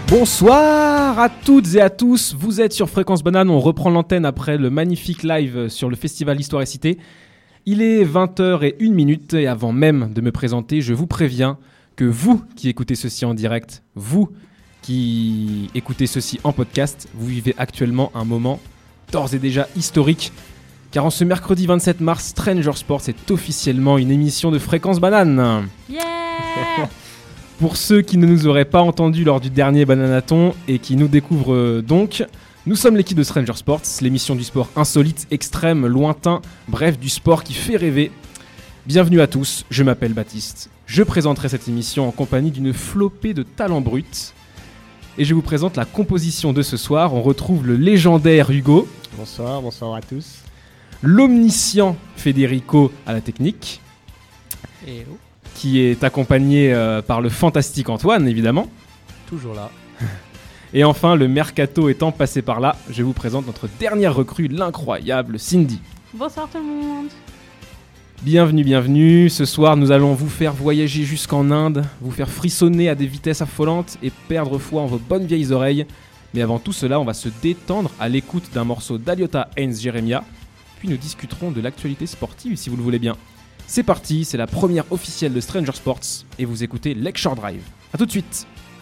Bonsoir à toutes et à tous, vous êtes sur Fréquence Banane, on reprend l'antenne après le magnifique live sur le festival Histoire et Cité. Il est 20h01 et avant même de me présenter, je vous préviens que vous qui écoutez ceci en direct, vous qui écoutez ceci en podcast, vous vivez actuellement un moment d'ores et déjà historique. Car en ce mercredi 27 mars, Stranger Sports est officiellement une émission de Fréquence Banane. Yeah. Pour ceux qui ne nous auraient pas entendus lors du dernier Bananaton et qui nous découvrent donc, nous sommes l'équipe de Stranger Sports, l'émission du sport insolite, extrême, lointain, bref, du sport qui fait rêver. Bienvenue à tous, je m'appelle Baptiste. Je présenterai cette émission en compagnie d'une flopée de talents bruts. Et je vous présente la composition de ce soir. On retrouve le légendaire Hugo. Bonsoir à tous. L'omniscient Federico à la technique. Hello. Qui est accompagné par le fantastique Antoine, évidemment. Toujours là. Et enfin, le mercato étant passé par là, je vous présente notre dernière recrue, l'incroyable Cindy. Bonsoir tout le monde. Bienvenue. Ce soir, nous allons vous faire voyager jusqu'en Inde, vous faire frissonner à des vitesses affolantes et perdre foi en vos bonnes vieilles oreilles. Mais avant tout cela, on va se détendre à l'écoute d'un morceau d'Aliota Haynes Jeremiah. Puis nous discuterons de l'actualité sportive si vous le voulez bien. C'est parti, c'est la première officielle de Stranger Sports et vous écoutez Lakeshore Drive. A tout de suite.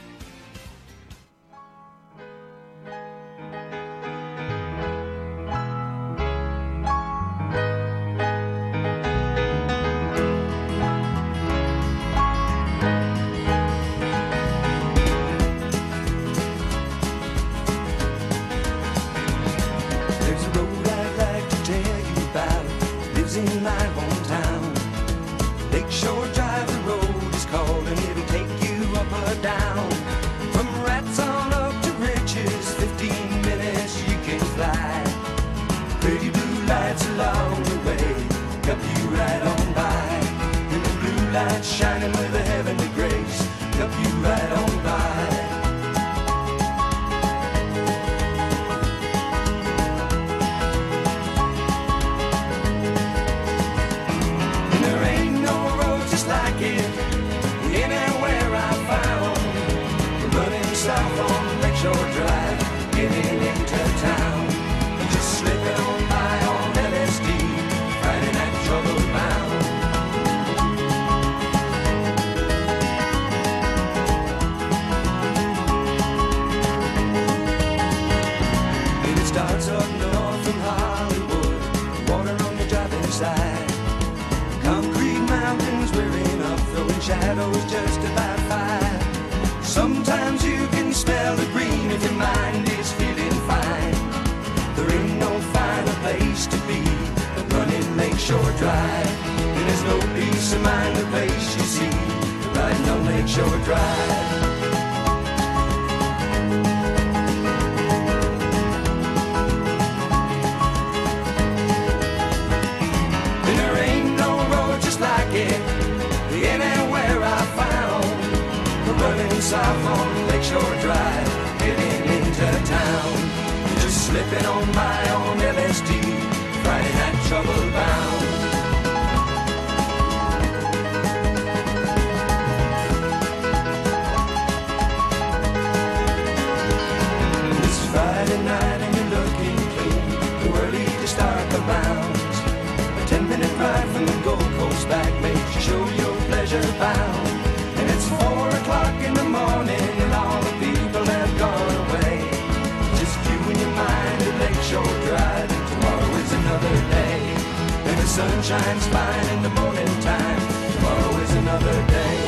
Sunshine's fine in the morning time. Tomorrow is another day.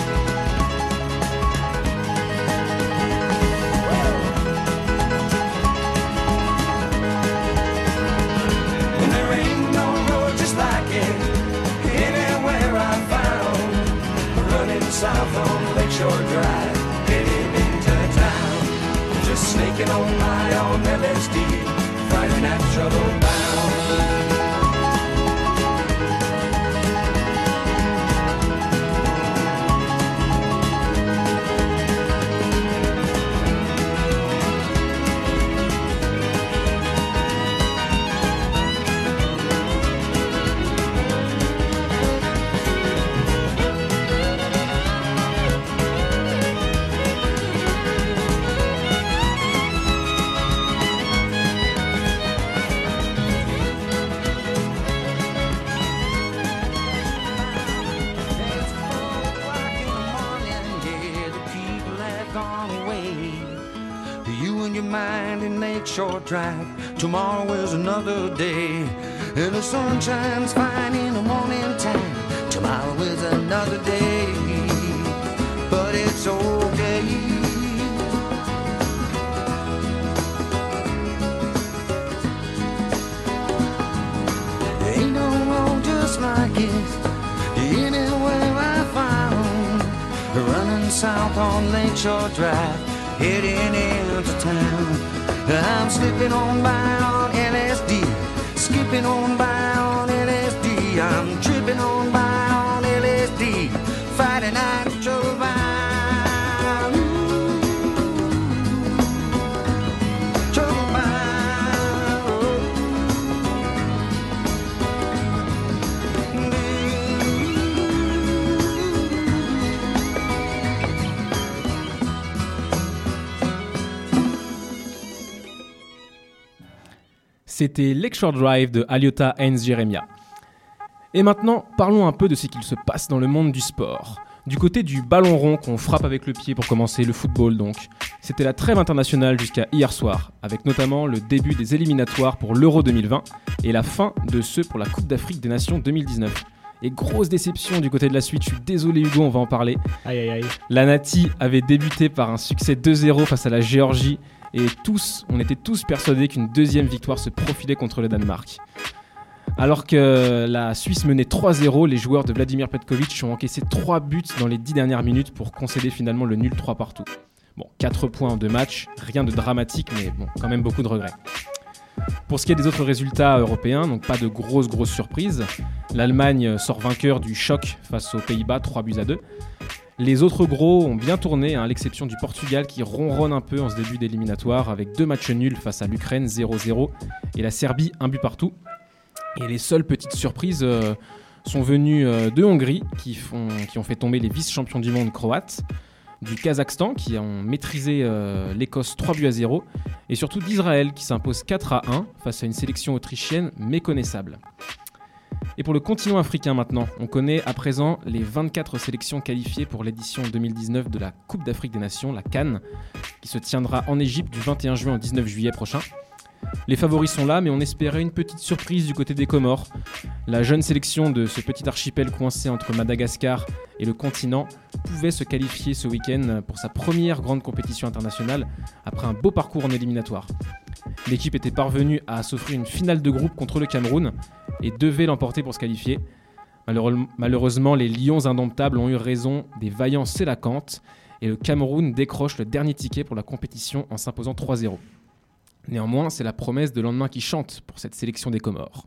And there ain't no road just like it anywhere I found. Running south on Lakeshore Drive, heading into town. Just snaking on my own LSD, finding that trouble bound. Lakeshore Drive. Tomorrow is another day, and the sun shines fine in the morning time. Tomorrow is another day, but it's okay. There ain't no road just like it anywhere I found. Running south on Lakeshore Drive, heading into town. I'm slipping on by on LSD, skipping on by on LSD. I'm tripping on by on LSD, Friday night trouble bound. Trouble C'était Lakeshore Drive de Aliota Heinz Jeremia. Et maintenant, parlons un peu de ce qu'il se passe dans le monde du sport. Du côté du ballon rond qu'on frappe avec le pied pour commencer, le football donc. C'était la trêve internationale jusqu'à hier soir, avec notamment le début des éliminatoires pour l'Euro 2020 et la fin de ceux pour la Coupe d'Afrique des Nations 2019. Et grosse déception du côté de la suite, je suis désolé Hugo, on va en parler. Aïe aïe aïe. La Nati avait débuté par un succès 2-0 face à la Géorgie et on était tous persuadés qu'une deuxième victoire se profilait contre le Danemark. Alors que la Suisse menait 3-0, les joueurs de Vladimir Petkovic ont encaissé 3 buts dans les 10 dernières minutes pour concéder finalement le nul 3 partout. Bon, 4 points en 2 matchs, rien de dramatique, mais bon, quand même beaucoup de regrets. Pour ce qui est des autres résultats européens, donc pas de grosses surprises. L'Allemagne sort vainqueur du choc face aux Pays-Bas, 3-2. Les autres gros ont bien tourné, à l'exception du Portugal qui ronronne un peu en ce début d'éliminatoire avec 2 matchs nuls face à l'Ukraine, 0-0, et la Serbie, 1 but partout. Et les seules petites surprises sont venues de Hongrie qui ont fait tomber les vice-champions du monde croates, du Kazakhstan qui ont maîtrisé l'Écosse 3-0 et surtout d'Israël qui s'impose 4-1 face à une sélection autrichienne méconnaissable. Et pour le continent africain maintenant, on connaît à présent les 24 sélections qualifiées pour l'édition 2019 de la Coupe d'Afrique des Nations, la CAN, qui se tiendra en Égypte du 21 juin au 19 juillet prochain. Les favoris sont là, mais on espérait une petite surprise du côté des Comores. La jeune sélection de ce petit archipel coincé entre Madagascar et le continent pouvait se qualifier ce week-end pour sa première grande compétition internationale après un beau parcours en éliminatoire. L'équipe était parvenue à s'offrir une finale de groupe contre le Cameroun et devait l'emporter pour se qualifier. Malheureusement, les Lions indomptables ont eu raison des vaillants Sélacantes et le Cameroun décroche le dernier ticket pour la compétition en s'imposant 3-0. Néanmoins, c'est la promesse de lendemain qui chante pour cette sélection des Comores.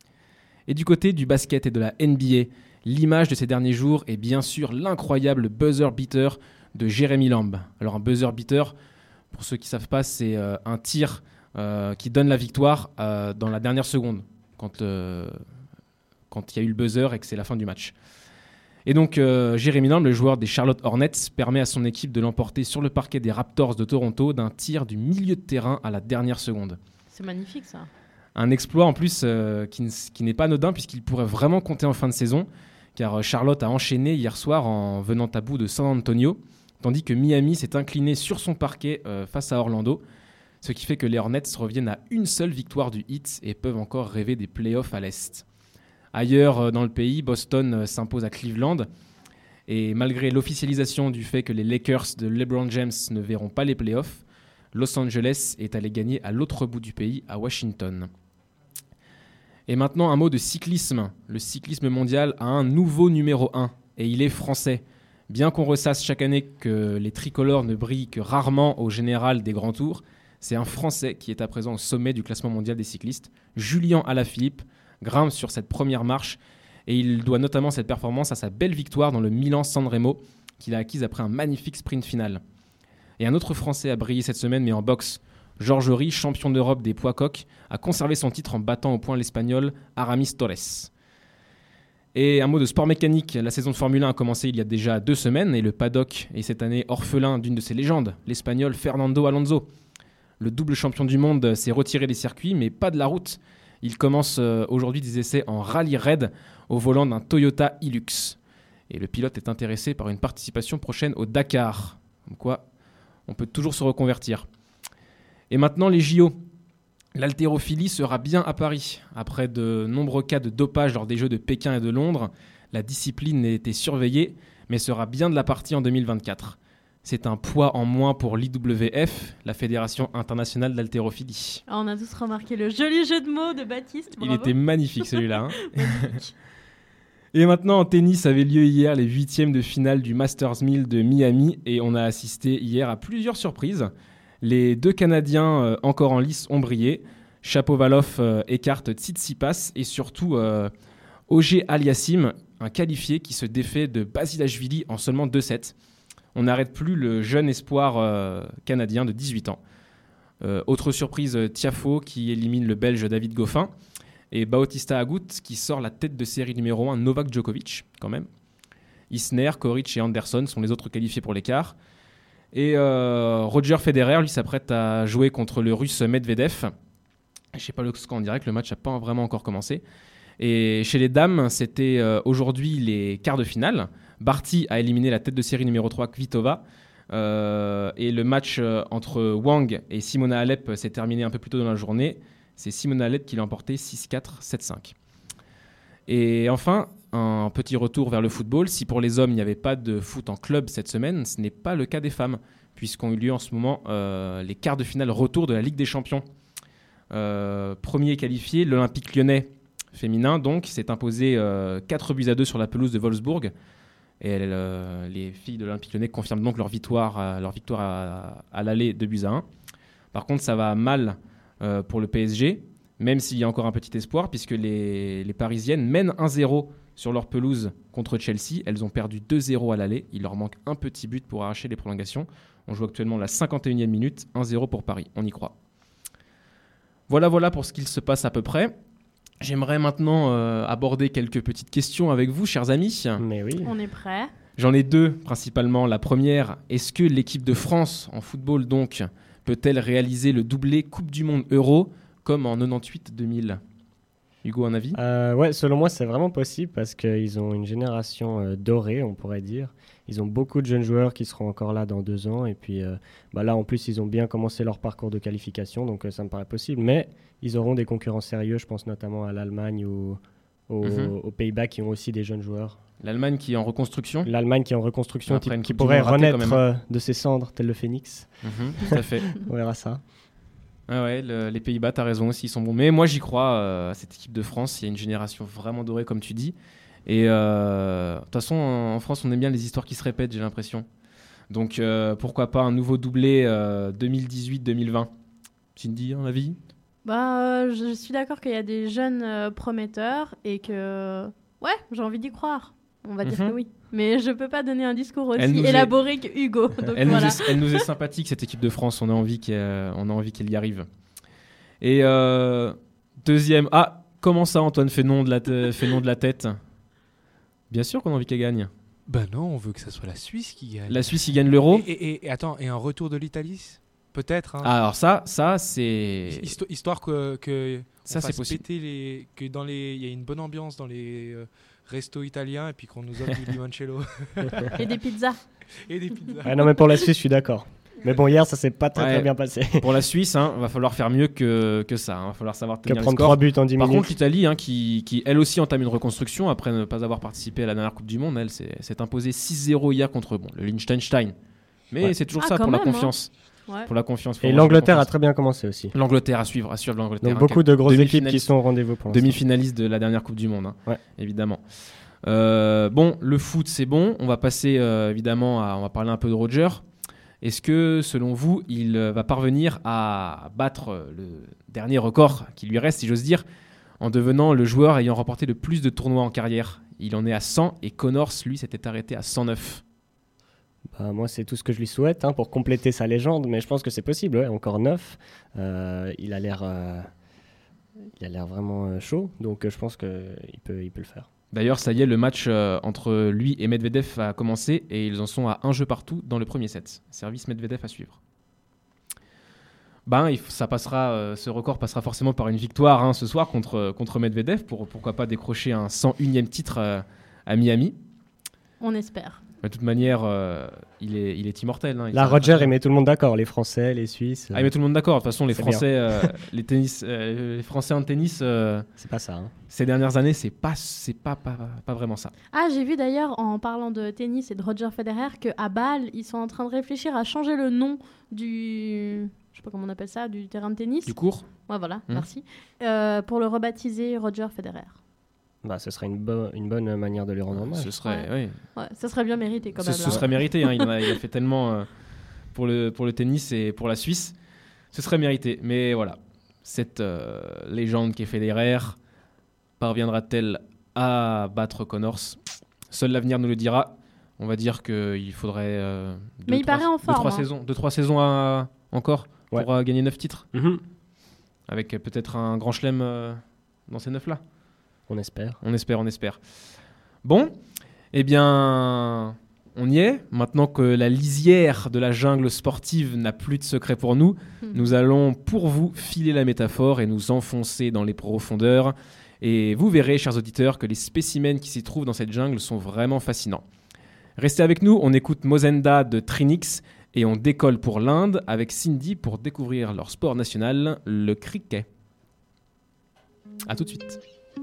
Et du côté du basket et de la NBA, l'image de ces derniers jours est bien sûr l'incroyable buzzer beater de Jeremy Lamb. Alors un buzzer beater, pour ceux qui ne savent pas, c'est un tir qui donne la victoire dans la dernière seconde, quand il y a eu le buzzer et que c'est la fin du match. Et donc Jeremy Lamb, le joueur des Charlotte Hornets, permet à son équipe de l'emporter sur le parquet des Raptors de Toronto d'un tir du milieu de terrain à la dernière seconde. C'est magnifique ça. Un exploit en plus qui n'est pas anodin puisqu'il pourrait vraiment compter en fin de saison, car Charlotte a enchaîné hier soir en venant à bout de San Antonio, tandis que Miami s'est incliné sur son parquet face à Orlando, ce qui fait que les Hornets reviennent à une seule victoire du Heat et peuvent encore rêver des playoffs à l'Est. Ailleurs dans le pays, Boston s'impose à Cleveland et malgré l'officialisation du fait que les Lakers de LeBron James ne verront pas les playoffs, Los Angeles est allé gagner à l'autre bout du pays, à Washington. Et maintenant un mot de cyclisme. Le cyclisme mondial a un nouveau numéro 1 et il est français. Bien qu'on ressasse chaque année que les tricolores ne brillent que rarement au général des grands tours, c'est un Français qui est à présent au sommet du classement mondial des cyclistes. Julien Alaphilippe grimpe sur cette première marche et il doit notamment cette performance à sa belle victoire dans le Milan-San Remo qu'il a acquise après un magnifique sprint final. Et un autre Français a brillé cette semaine mais en boxe. Georges Ry, champion d'Europe des poids coqs, a conservé son titre en battant au point l'Espagnol Aramis Torres. Et un mot de sport mécanique, la saison de Formule 1 a commencé il y a déjà 2 semaines et le paddock est cette année orphelin d'une de ses légendes, l'Espagnol Fernando Alonso. Le double champion du monde s'est retiré des circuits mais pas de la route. Il commence aujourd'hui des essais en rallye raid au volant d'un Toyota Hilux. Et le pilote est intéressé par une participation prochaine au Dakar. Comme quoi, on peut toujours se reconvertir. Et maintenant, les JO. L'haltérophilie sera bien à Paris. Après de nombreux cas de dopage lors des Jeux de Pékin et de Londres, la discipline a été surveillée, mais sera bien de la partie en 2024. C'est un poids en moins pour l'IWF, la Fédération internationale d'haltérophilie. Ah, on a tous remarqué le joli jeu de mots de Baptiste. Il Bravo. était magnifique celui-là. Et maintenant, en tennis, avait lieu hier les 8e de finale du Masters 1000 de Miami, et on a assisté hier à plusieurs surprises. Les 2 Canadiens encore en lice ont brillé. Shapovalov écarte Tsitsipas et surtout Auger Aliassime, un qualifié qui se défait de Basilashvili en seulement 2 sets. On n'arrête plus le jeune espoir canadien de 18 ans. Autre surprise, Tiafoe qui élimine le Belge David Goffin et Bautista Agut qui sort la tête de série numéro 1 Novak Djokovic quand même. Isner, Koric et Anderson sont les autres qualifiés pour l'écart. Et Roger Federer, lui, s'apprête à jouer contre le Russe Medvedev. Je ne sais pas le score en direct, le match n'a pas vraiment encore commencé. Et chez les dames, c'était aujourd'hui les quarts de finale. Barty a éliminé la tête de série numéro 3, Kvitova. Et le match entre Wang et Simona Halep s'est terminé un peu plus tôt dans la journée. C'est Simona Halep qui l'a emporté 6-4, 7-5. Et enfin, un petit retour vers le football. Si pour les hommes, il n'y avait pas de foot en club cette semaine, ce n'est pas le cas des femmes, puisqu'ont eu lieu en ce moment les quarts de finale retour de la Ligue des Champions. Premier qualifié, l'Olympique lyonnais féminin, donc, s'est imposé 4-2 sur la pelouse de Wolfsburg. Et les filles de l'Olympique lyonnais confirment donc leur victoire à l'aller 2-1. Par contre, ça va mal pour le PSG, même s'il y a encore un petit espoir, puisque les Parisiennes mènent 1-0 sur leur pelouse contre Chelsea. Elles ont perdu 2-0 à l'aller. Il leur manque un petit but pour arracher les prolongations. On joue actuellement la 51e minute, 1-0 pour Paris. On y croit. Voilà pour ce qu'il se passe à peu près. J'aimerais maintenant aborder quelques petites questions avec vous, chers amis. Mais oui. On est prêts. J'en ai 2 principalement. La première, est-ce que l'équipe de France en football donc peut-elle réaliser le doublé Coupe du Monde Euro comme en 98-2000 ? Hugo, un avis ? Ouais, selon moi, c'est vraiment possible parce qu'ils ont une génération dorée, on pourrait dire. Ils ont beaucoup de jeunes joueurs qui seront encore là dans 2 ans. Et puis là, en plus, ils ont bien commencé leur parcours de qualification, donc ça me paraît possible. Mais ils auront des concurrents sérieux, je pense notamment à l'Allemagne ou aux Pays-Bas qui ont aussi des jeunes joueurs. L'Allemagne qui est en reconstruction ? L'Allemagne qui est en reconstruction, Après une qui Coupe du pourrait Monde ratée, quand renaître de ses cendres, tel le phénix. Tout à fait. On verra ça. Ah ouais, les Pays-Bas, t'as raison aussi, ils sont bons. Mais moi, j'y crois à cette équipe de France. Il y a une génération vraiment dorée, comme tu dis. Et de toute façon, en France, on aime bien les histoires qui se répètent, j'ai l'impression. Donc, pourquoi pas un nouveau doublé 2018-2020 Cindy, un avis ? Je suis d'accord qu'il y a des jeunes prometteurs et que... Ouais, j'ai envie d'y croire. On va dire que oui. Mais je peux pas donner un discours aussi élaboré que Hugo. Donc elle nous est sympathique, cette équipe de France. On a envie qu'elle y arrive. Et deuxième... Ah, comment ça, Antoine fait non de la tête ? Bien sûr qu'on a envie qu'elle gagne. Ben non, on veut que ça soit la Suisse qui gagne. La Suisse, qui gagne l'Euro. Et attends, et un retour de l'Italie ? Peut-être. Hein. Ah, alors ça c'est... Histoire que ça, c'est possible. Péter que il y a une bonne ambiance dans les restos italiens et puis qu'on nous offre du limoncello. Et des pizzas. Non, mais pour la Suisse, je suis d'accord. Mais bon, hier, ça s'est pas très bien passé. Pour la Suisse, va falloir faire mieux que ça. Va falloir savoir tenir les prendre scores. 3 buts en 10 Par minutes. contre, l'Italie, qui elle aussi entame une reconstruction après ne pas avoir participé à la dernière Coupe du Monde, elle s'est imposée 6-0 hier contre le Liechtenstein. Mais c'est toujours ça pour la confiance. Ouais. Pour la confiance. Et l'Angleterre a très bien commencé aussi. L'Angleterre à suivre l'Angleterre. Donc beaucoup de grosses équipes qui sont au rendez-vous pour l'instant. Demi-finaliste de la dernière Coupe du Monde, évidemment. Bon, le foot, c'est bon. On va passer évidemment on va parler un peu de Roger. Est-ce que, selon vous, il va parvenir à battre le dernier record qui lui reste, si j'ose dire, en devenant le joueur ayant remporté le plus de tournois en carrière ? Il en est à 100 et Connors, lui, s'était arrêté à 109. Moi, c'est tout ce que je lui souhaite pour compléter sa légende, mais je pense que c'est possible. Encore 9. Il a l'air vraiment chaud, donc je pense qu'il peut le faire. D'ailleurs, ça y est, le match entre lui et Medvedev a commencé et ils en sont à 1 jeu partout dans le premier set. Service Medvedev à suivre. Ce record passera forcément par une victoire ce soir contre Medvedev pour pourquoi pas décrocher un 101e titre à Miami. On espère. De toute manière, il est immortel. Hein, là, Roger, il met tout le monde d'accord. Les Français, les Suisses. Il met tout le monde d'accord. De toute façon, les Français, les Français en tennis, c'est pas ça. Hein. Ces dernières années, c'est pas vraiment ça. Ah, j'ai vu d'ailleurs, en parlant de tennis et de Roger Federer, qu'à Bâle, ils sont en train de réfléchir à changer le nom du... Je sais pas comment on appelle ça, du terrain de tennis. Du court. Ouais, voilà, merci. Pour le rebaptiser Roger Federer. Bah, ce serait une bonne manière de lui rendre hommage. Ce serait, ouais, ça serait bien mérité quand même. Ce serait mérité. Hein, il a fait tellement pour le tennis et pour la Suisse. Ce serait mérité. Mais voilà, cette légende qui est Federer parviendra-t-elle à battre Connors ? Seul l'avenir nous le dira. On va dire qu'il faudrait mais il paraît en forme. 2-3 saisons encore pour gagner 9 titres. Avec peut-être un grand chelem dans ces 9-là. On espère. On espère. Bon, eh bien, on y est. Maintenant que la lisière de la jungle sportive n'a plus de secret pour nous, nous allons pour vous filer la métaphore et nous enfoncer dans les profondeurs. Et vous verrez, chers auditeurs, que les spécimens qui s'y trouvent dans cette jungle sont vraiment fascinants. Restez avec nous, on écoute Mozenda de Trinix et on décolle pour l'Inde avec Cindy pour découvrir leur sport national, le cricket. À tout de suite.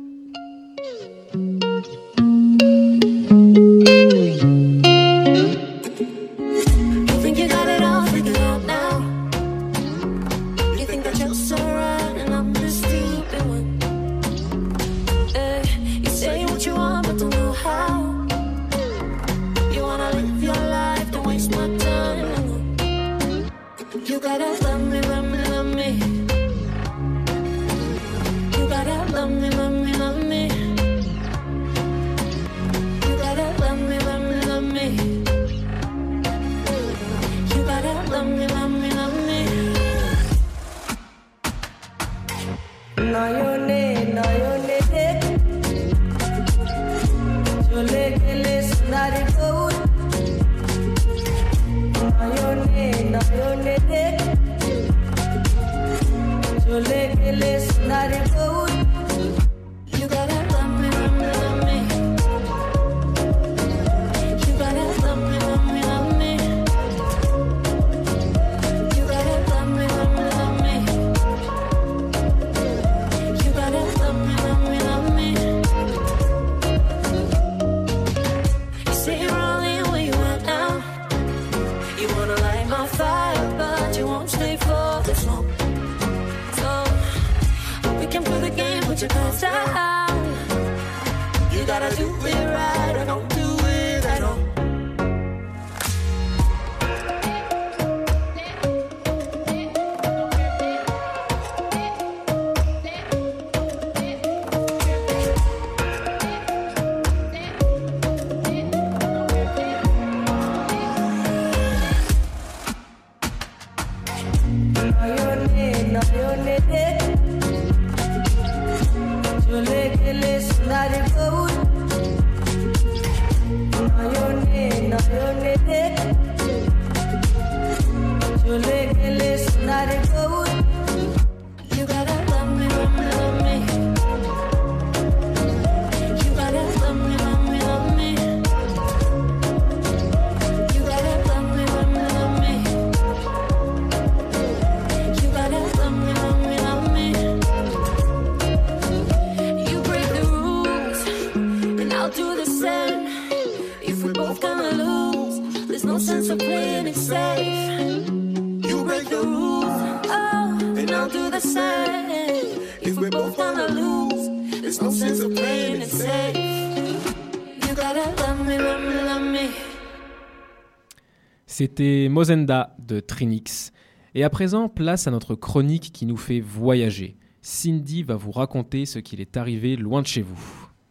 C'était Mozenda de Trinix. Et à présent, place à notre chronique qui nous fait voyager. Cindy va vous raconter ce qu'il est arrivé loin de chez vous.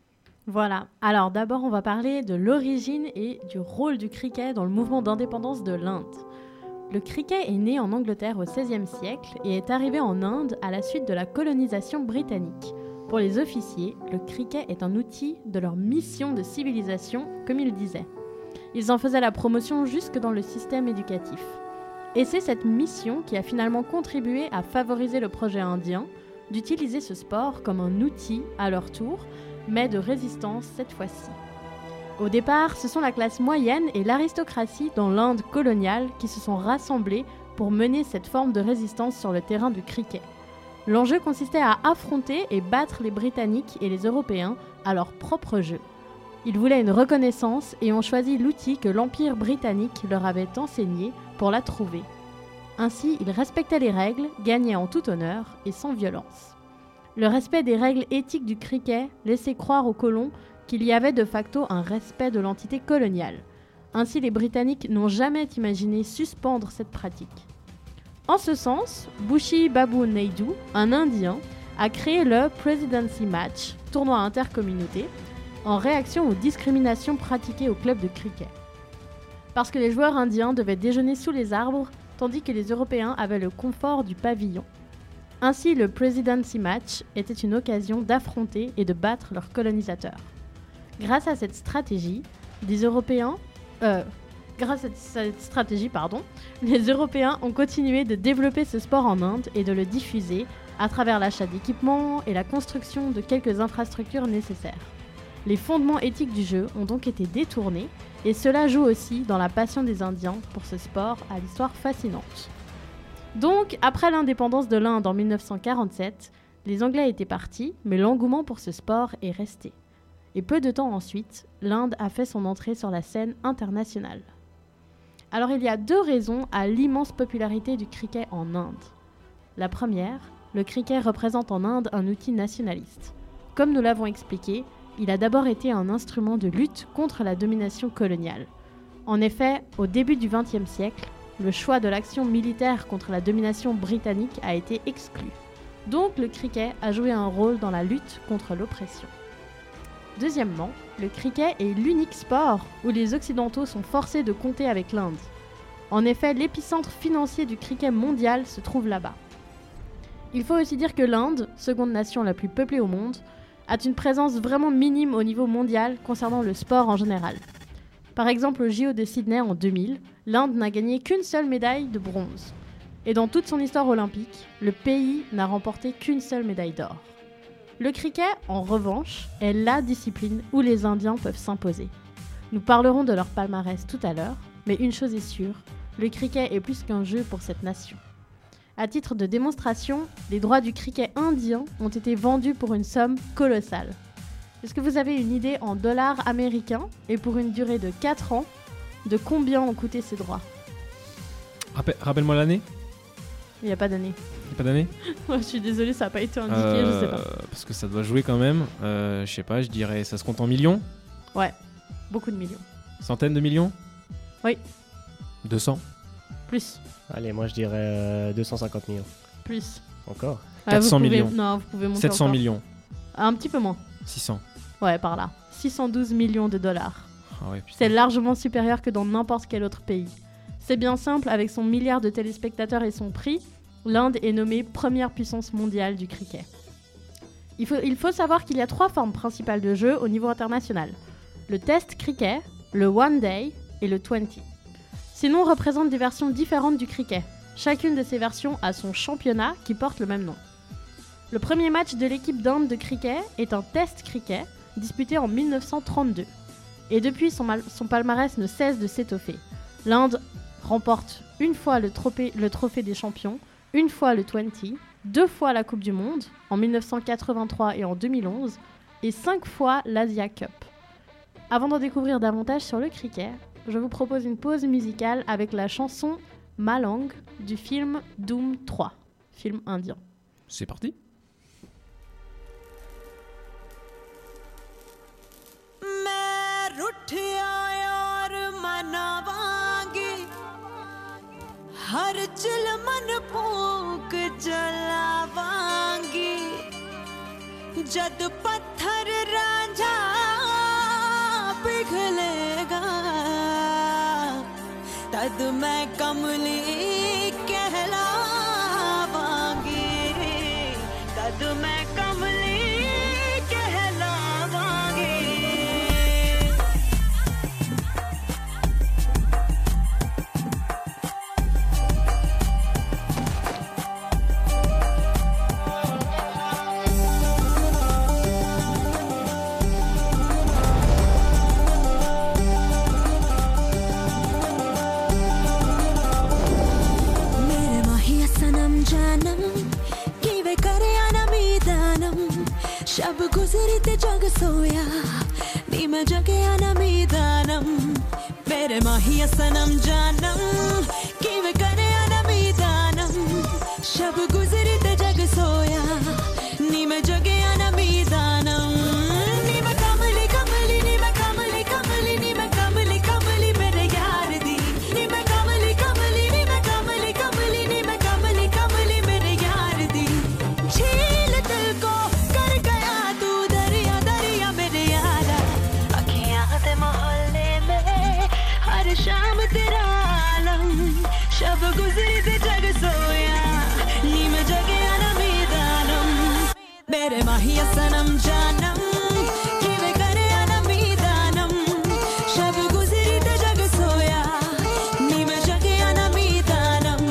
Voilà. Alors d'abord, on va parler de l'origine et du rôle du cricket dans le mouvement d'indépendance de l'Inde. Le cricket est né en Angleterre au XVIe siècle et est arrivé en Inde à la suite de la colonisation britannique. Pour les officiers, le cricket est un outil de leur mission de civilisation, comme ils disaient. Ils en faisaient la promotion jusque dans le système éducatif. Et c'est cette mission qui a finalement contribué à favoriser le projet indien d'utiliser ce sport comme un outil à leur tour, mais de résistance cette fois-ci. Au départ, ce sont la classe moyenne et l'aristocratie dans l'Inde coloniale qui se sont rassemblés pour mener cette forme de résistance sur le terrain du cricket. L'enjeu consistait à affronter et battre les Britanniques et les Européens à leur propre jeu. Ils voulaient une reconnaissance et ont choisi l'outil que l'Empire britannique leur avait enseigné pour la trouver. Ainsi, ils respectaient les règles, gagnaient en tout honneur et sans violence. Le respect des règles éthiques du cricket laissait croire aux colons qu'il y avait de facto un respect de l'entité coloniale. Ainsi, les Britanniques n'ont jamais imaginé suspendre cette pratique. En ce sens, Bushi Babu Naidu, un Indien, a créé le Presidency Match, tournoi intercommunauté, en réaction aux discriminations pratiquées au club de cricket. Parce que les joueurs indiens devaient déjeuner sous les arbres, tandis que les Européens avaient le confort du pavillon. Ainsi, le Presidency Match était une occasion d'affronter et de battre leurs colonisateurs. Grâce à cette stratégie, les Européens ont continué de développer ce sport en Inde et de le diffuser à travers l'achat d'équipements et la construction de quelques infrastructures nécessaires. Les fondements éthiques du jeu ont donc été détournés et cela joue aussi dans la passion des Indiens pour ce sport à l'histoire fascinante. Donc, après l'indépendance de l'Inde en 1947, les Anglais étaient partis, mais l'engouement pour ce sport est resté. Et peu de temps ensuite, l'Inde a fait son entrée sur la scène internationale. Alors il y a 2 raisons à l'immense popularité du cricket en Inde. La première, le cricket représente en Inde un outil nationaliste. Comme nous l'avons expliqué, il a d'abord été un instrument de lutte contre la domination coloniale. En effet, au début du XXe siècle, le choix de l'action militaire contre la domination britannique a été exclu. Donc le cricket a joué un rôle dans la lutte contre l'oppression. Deuxièmement, le cricket est l'unique sport où les Occidentaux sont forcés de compter avec l'Inde. En effet, l'épicentre financier du cricket mondial se trouve là-bas. Il faut aussi dire que l'Inde, seconde nation la plus peuplée au monde, a une présence vraiment minime au niveau mondial concernant le sport en général. Par exemple, au JO de Sydney en 2000, l'Inde n'a gagné qu'une seule médaille de bronze. Et dans toute son histoire olympique, le pays n'a remporté qu'une seule médaille d'or. Le cricket, en revanche, est la discipline où les Indiens peuvent s'imposer. Nous parlerons de leur palmarès tout à l'heure, mais une chose est sûre, le cricket est plus qu'un jeu pour cette nation. À titre de démonstration, les droits du cricket indien ont été vendus pour une somme colossale. Est-ce que vous avez une idée en dollars américains et pour une durée de 4 ans, de combien ont coûté ces droits ? Rappelle-moi l'année. Il n'y a pas d'année. Il n'y a pas d'année ? Je suis désolée, ça n'a pas été indiqué, je sais pas. Parce que ça doit jouer quand même. Je sais pas, je dirais, ça se compte en millions ? Ouais, beaucoup de millions. Centaines de millions ? Oui. 200 ? Plus. Allez, moi je dirais 250 millions. Plus. Encore 400 millions. Non, vous pouvez monter 700 encore. millions. Un petit peu moins. 600. Ouais, par là. 612 millions de dollars. Ah ouais, putain. C'est largement supérieur que dans n'importe quel autre pays. C'est bien simple, avec son milliard de téléspectateurs et son prix, l'Inde est nommée première puissance mondiale du cricket. Il faut savoir qu'il y a 3 formes principales de jeu au niveau international. Le test cricket, le one day et le 20. Ces noms représentent des versions différentes du cricket. Chacune de ces versions a son championnat qui porte le même nom. Le premier match de l'équipe d'Inde de cricket est un test cricket disputé en 1932. Et depuis, son palmarès ne cesse de s'étoffer. L'Inde remporte une fois le trophée des champions, une fois le 20, 2 fois la Coupe du Monde, en 1983 et en 2011, et 5 fois l'Asia Cup. Avant d'en découvrir davantage sur le cricket, je vous propose une pause musicale avec la chanson Malang du film Doom 3, film indien. C'est parti. हर चिल मन फूक जलावांगी जद पत्थर रांझा पिघलेगा तद मैं कमली कहलावांगी तद मैं कमली कहलावांगी soya नी मैं जगे अनमीदानम मेरे माहिया सनम जानम कि वे करे अनमीदानम शब गुजरी ते जग सोया नी मैं जगे अनमीदानम नी मैं कमली कमली नी मैं कमली कमली नी मैं कमली कमली मेरे यार दी नी मैं कमली कमली नी मैं कमली कमली नी मैं कमली कमली मेरे यार दी झील दिल को कर गया तू दरिया दरिया मेरे यारा अखियां दे मोहल्ले में हर शाम तेरा आलम शब गुजरी ते जग सोया नी मैं जगे अनमीदानम मेरे माहिया सनम जानम कि वे करे अनमीदानम शब गुजरी ते जग सोया नी मैं जगे अनमीदानम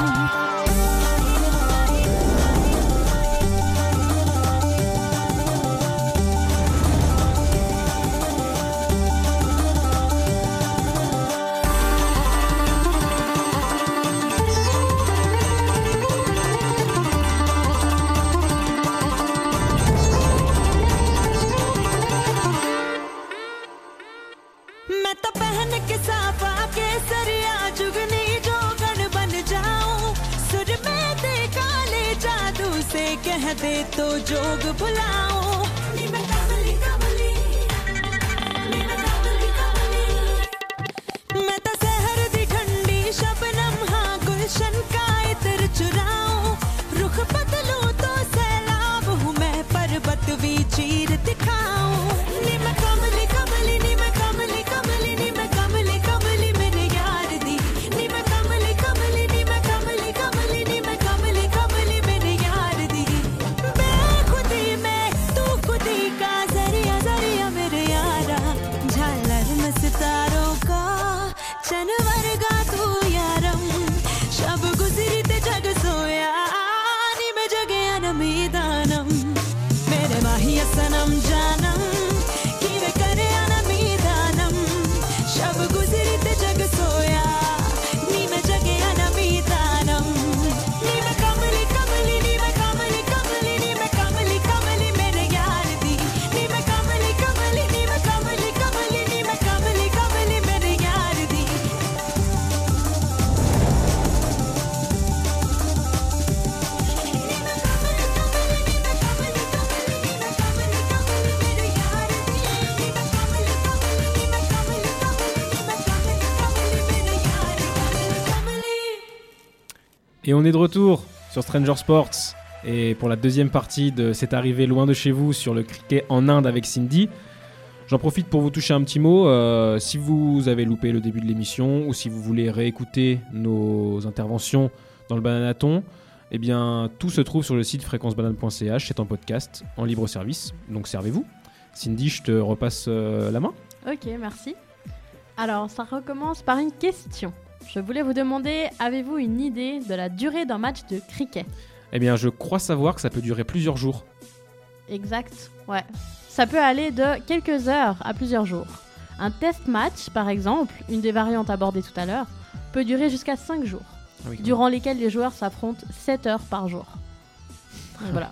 मैं तो पहन के साफा के सरिया जुगनी जोगन बन जाऊं सुर में दे काले जादू से कह दे तो जोग बुलाऊं नी मैं कमली कमली नी मैं कमली कमली मैं तो सहर दी ठंडी शबनम हाँ गुलशन का इतर चुराऊं रुख बदलूं तो सैलाब हूँ मैं पर्वत भी चीर दिखाऊं नी मैं कमली कमली नी मैं कमली कमली नी मैं कमली कमली मेरे यार दी नी मैं कमली कमली नी मैं कमली कमली नी मैं कमली कमली मेरे यार दी बेखुदी में तू खुदी का जरिया जरिया मेरे यारा झालर में सितारों का चनवर गा तू यारम शब गुजरी ते जग सोया नी मैं जगे अनमीदानम मेरे माहिया सनम जानम कि वे करे अनमीदानम शब गुजरी ते जग सोया नी मैं जगे अनमीदानम नी मैं कमली कमली नी मैं कमली कमली नी मैं कमली कमली मेरे यार दी नी मैं कमली कमली नी मैं कमली कमली नी मैं कमली कमली मेरे यार दी Et on est de retour sur Stranger Sports. Et pour la deuxième partie de cette arrivée loin de chez vous sur le cricket en Inde avec Cindy, j'en profite pour vous toucher un petit mot. Si vous avez loupé le début de l'émission ou si vous voulez réécouter nos interventions dans le Bananaton, eh bien, tout se trouve sur le site fréquencebanane.ch. C'est en podcast, en libre service. Donc servez-vous. Cindy, je te repasse la main. Ok, merci. Alors, ça recommence par une question. Je voulais vous demander, avez-vous une idée de la durée d'un match de cricket ? Eh bien, je crois savoir que ça peut durer plusieurs jours. Exact, ouais. Ça peut aller de quelques heures à plusieurs jours. Un test match, par exemple, une des variantes abordées tout à l'heure, peut durer jusqu'à 5 jours, Ah oui, durant lesquels les joueurs s'affrontent 7 heures par jour. Donc voilà,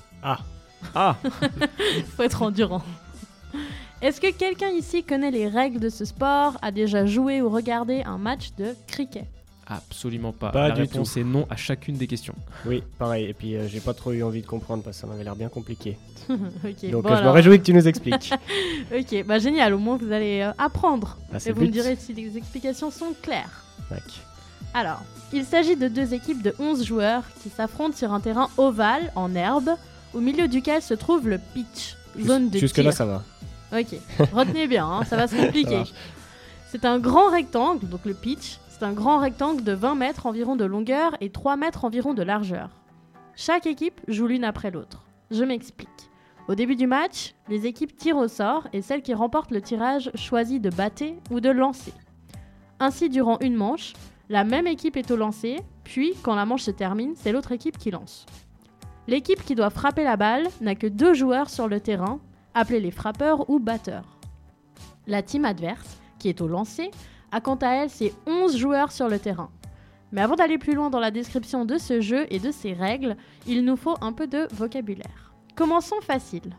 Ah faut être endurant. Est-ce que quelqu'un ici connaît les règles de ce sport, a déjà joué ou regardé un match de cricket ? Absolument pas. Pas La du réponse est non à chacune des questions. Oui, pareil. Et puis, j'ai pas trop eu envie de comprendre parce que ça m'avait l'air bien compliqué. Ok, Donc, bon, je me alors. réjouis que tu nous expliques. Ok, bah génial, au moins vous allez apprendre. Ah, Et c'est vous le me but. direz si les explications sont claires. Tac. Alors, il s'agit de deux équipes de 11 joueurs qui s'affrontent sur un terrain ovale en herbe, au milieu duquel se trouve le pitch, zone de Jusque-là, tir. ça va. Ok, retenez bien, hein, ça va se Ça compliquer. marche. C'est un grand rectangle, donc le pitch, c'est un grand rectangle de 20 mètres environ de longueur et 3 mètres environ de largeur. Chaque équipe joue l'une après l'autre. Je m'explique. Au début du match, les équipes tirent au sort et celle qui remporte le tirage choisit de batter ou de lancer. Ainsi, durant une manche, la même équipe est au lancer, puis quand la manche se termine, c'est l'autre équipe qui lance. L'équipe qui doit frapper la balle n'a que 2 joueurs sur le terrain, appelés les frappeurs ou batteurs. La team adverse, qui est au lancer, a quant à elle ses 11 joueurs sur le terrain. Mais avant d'aller plus loin dans la description de ce jeu et de ses règles, il nous faut un peu de vocabulaire. Commençons facile.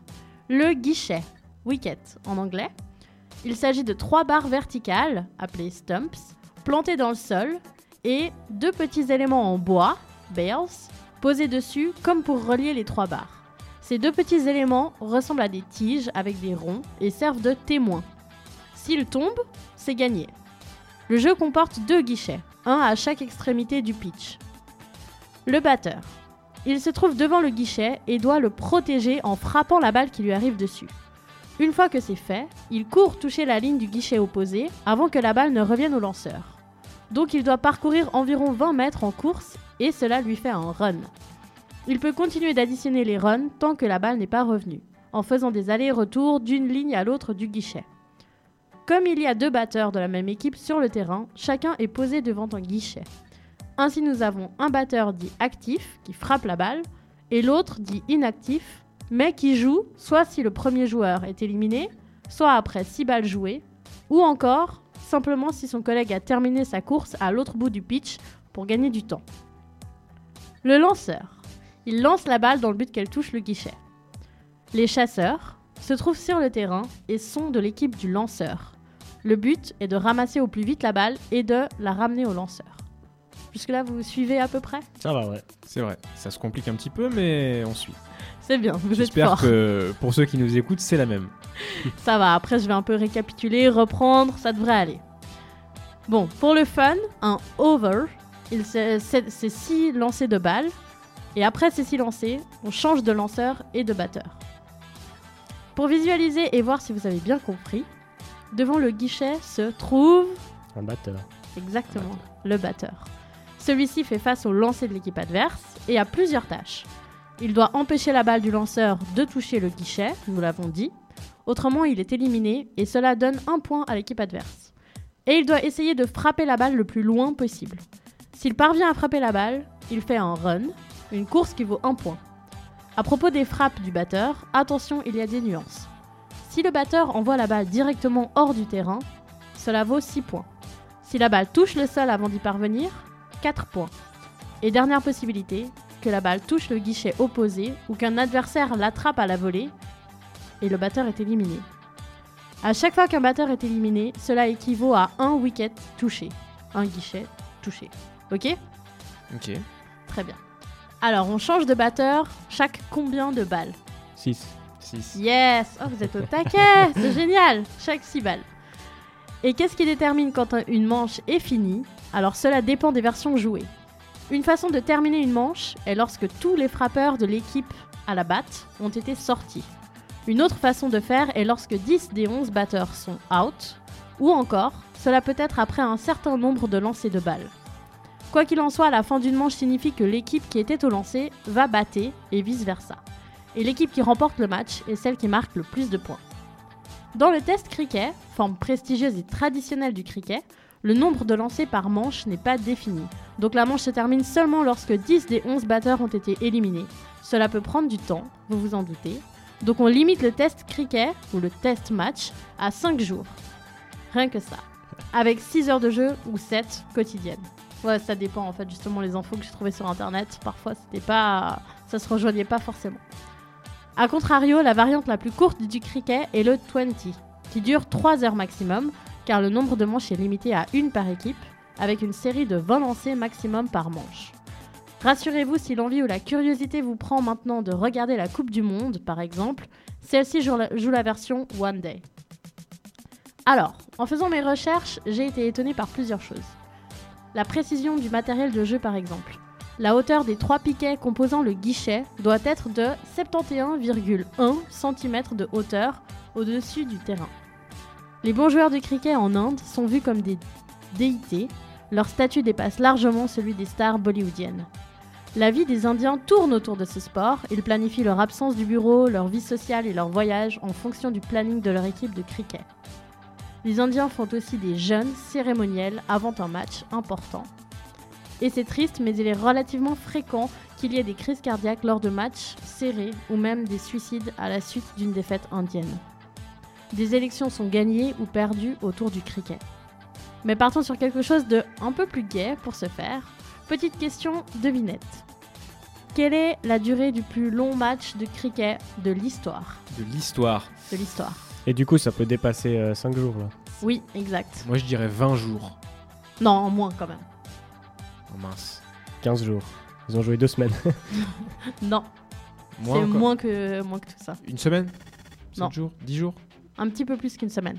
Le guichet, wicket en anglais. Il s'agit de 3 barres verticales, appelées stumps, plantées dans le sol, et 2 petits éléments en bois, bales, posés dessus comme pour relier les 3 barres. Ces 2 petits éléments ressemblent à des tiges avec des ronds et servent de témoins. S'ils tombent, c'est gagné. Le jeu comporte 2 guichets, un à chaque extrémité du pitch. Le batteur. Il se trouve devant le guichet et doit le protéger en frappant la balle qui lui arrive dessus. Une fois que c'est fait, il court toucher la ligne du guichet opposé avant que la balle ne revienne au lanceur. Donc il doit parcourir environ 20 mètres en course et cela lui fait un run. Il peut continuer d'additionner les runs tant que la balle n'est pas revenue, en faisant des allers-retours d'une ligne à l'autre du guichet. Comme il y a 2 batteurs de la même équipe sur le terrain, chacun est posé devant un guichet. Ainsi nous avons un batteur dit actif qui frappe la balle et l'autre dit inactif mais qui joue soit si le premier joueur est éliminé, soit après 6 balles jouées, ou encore simplement si son collègue a terminé sa course à l'autre bout du pitch pour gagner du temps. Le lanceur. Il lance la balle dans le but qu'elle touche le guichet. Les chasseurs se trouvent sur le terrain et sont de l'équipe du lanceur. Le but est de ramasser au plus vite la balle et de la ramener au lanceur. Jusque-là, vous suivez à peu près ? Ça va, ouais. C'est vrai, ça se complique un petit peu, mais on suit. C'est bien, vous êtes J'espère fort. que pour ceux qui nous écoutent, c'est la même. Ça va, après je vais un peu récapituler, reprendre, ça devrait aller. Bon, pour le fun, un over, c'est 6 lancers de balles. Et après ces 6 lancers, on change de lanceur et de batteur. Pour visualiser et voir si vous avez bien compris, devant le guichet se trouve... Un batteur. Exactement, le batteur. Celui-ci fait face au lancer de l'équipe adverse et a plusieurs tâches. Il doit empêcher la balle du lanceur de toucher le guichet, nous l'avons dit. Autrement, il est éliminé et cela donne 1 point à l'équipe adverse. Et il doit essayer de frapper la balle le plus loin possible. S'il parvient à frapper la balle, il fait un run, une course qui vaut 1 point. À propos des frappes du batteur, attention, il y a des nuances. Si le batteur envoie la balle directement hors du terrain, cela vaut 6 points. Si la balle touche le sol avant d'y parvenir, 4 points. Et dernière possibilité, que la balle touche le guichet opposé ou qu'un adversaire l'attrape à la volée et le batteur est éliminé. À chaque fois qu'un batteur est éliminé, cela équivaut à 1 wicket touché. Un guichet touché. Ok ? Ok. Très bien. Alors, on change de batteur chaque combien de balles ? 6. 6. Yes! Oh, vous êtes au taquet! C'est génial! Chaque 6 balles. Et qu'est-ce qui détermine quand une manche est finie ? Alors, cela dépend des versions jouées. Une façon de terminer une manche est lorsque tous les frappeurs de l'équipe à la batte ont été sortis. Une autre façon de faire est lorsque 10 des 11 batteurs sont out, ou encore, cela peut être après un certain nombre de lancers de balles. Quoi qu'il en soit, la fin d'une manche signifie que l'équipe qui était au lancer va battre et vice-versa. Et l'équipe qui remporte le match est celle qui marque le plus de points. Dans le test cricket, forme prestigieuse et traditionnelle du cricket, le nombre de lancers par manche n'est pas défini. Donc la manche se termine seulement lorsque 10 des 11 batteurs ont été éliminés. Cela peut prendre du temps, vous vous en doutez. Donc on limite le test cricket, ou le test match, à 5 jours. Rien que ça. Avec 6 heures de jeu ou 7 quotidiennes. Ouais, ça dépend en fait, justement les infos que j'ai trouvées sur internet, parfois ça se rejoignait pas forcément. A contrario, la variante la plus courte du cricket est le 20, qui dure 3 heures maximum, car le nombre de manches est limité à 1 par équipe, avec une série de 20 lancers maximum par manche. Rassurez-vous, si l'envie ou la curiosité vous prend maintenant de regarder la Coupe du Monde, par exemple, celle-ci joue la version One Day. Alors, en faisant mes recherches, j'ai été étonnée par plusieurs choses. La précision du matériel de jeu, par exemple. La hauteur des 3 piquets composant le guichet doit être de 71,1 cm de hauteur au-dessus du terrain. Les bons joueurs de cricket en Inde sont vus comme des déités. Leur statut dépasse largement celui des stars bollywoodiennes. La vie des Indiens tourne autour de ce sport. Ils planifient leur absence du bureau, leur vie sociale et leur voyage en fonction du planning de leur équipe de cricket. Les Indiens font aussi des jeûnes cérémoniels avant un match important. Et c'est triste, mais il est relativement fréquent qu'il y ait des crises cardiaques lors de matchs serrés ou même des suicides à la suite d'une défaite indienne. Des élections sont gagnées ou perdues autour du cricket. Mais partons sur quelque chose de un peu plus gai pour ce faire. Petite question devinette. Quelle est la durée du plus long match de cricket de l'histoire? De l'histoire. De l'histoire. Et du coup, ça peut dépasser 5 jours là. Oui, exact. Moi, je dirais 20 jours. Non, moins quand même. Oh mince. 15 jours. Ils ont joué 2 semaines. Non, c'est encore moins que tout ça. Une semaine? 7 Non. jours? 10 jours? Un petit peu plus qu'une semaine.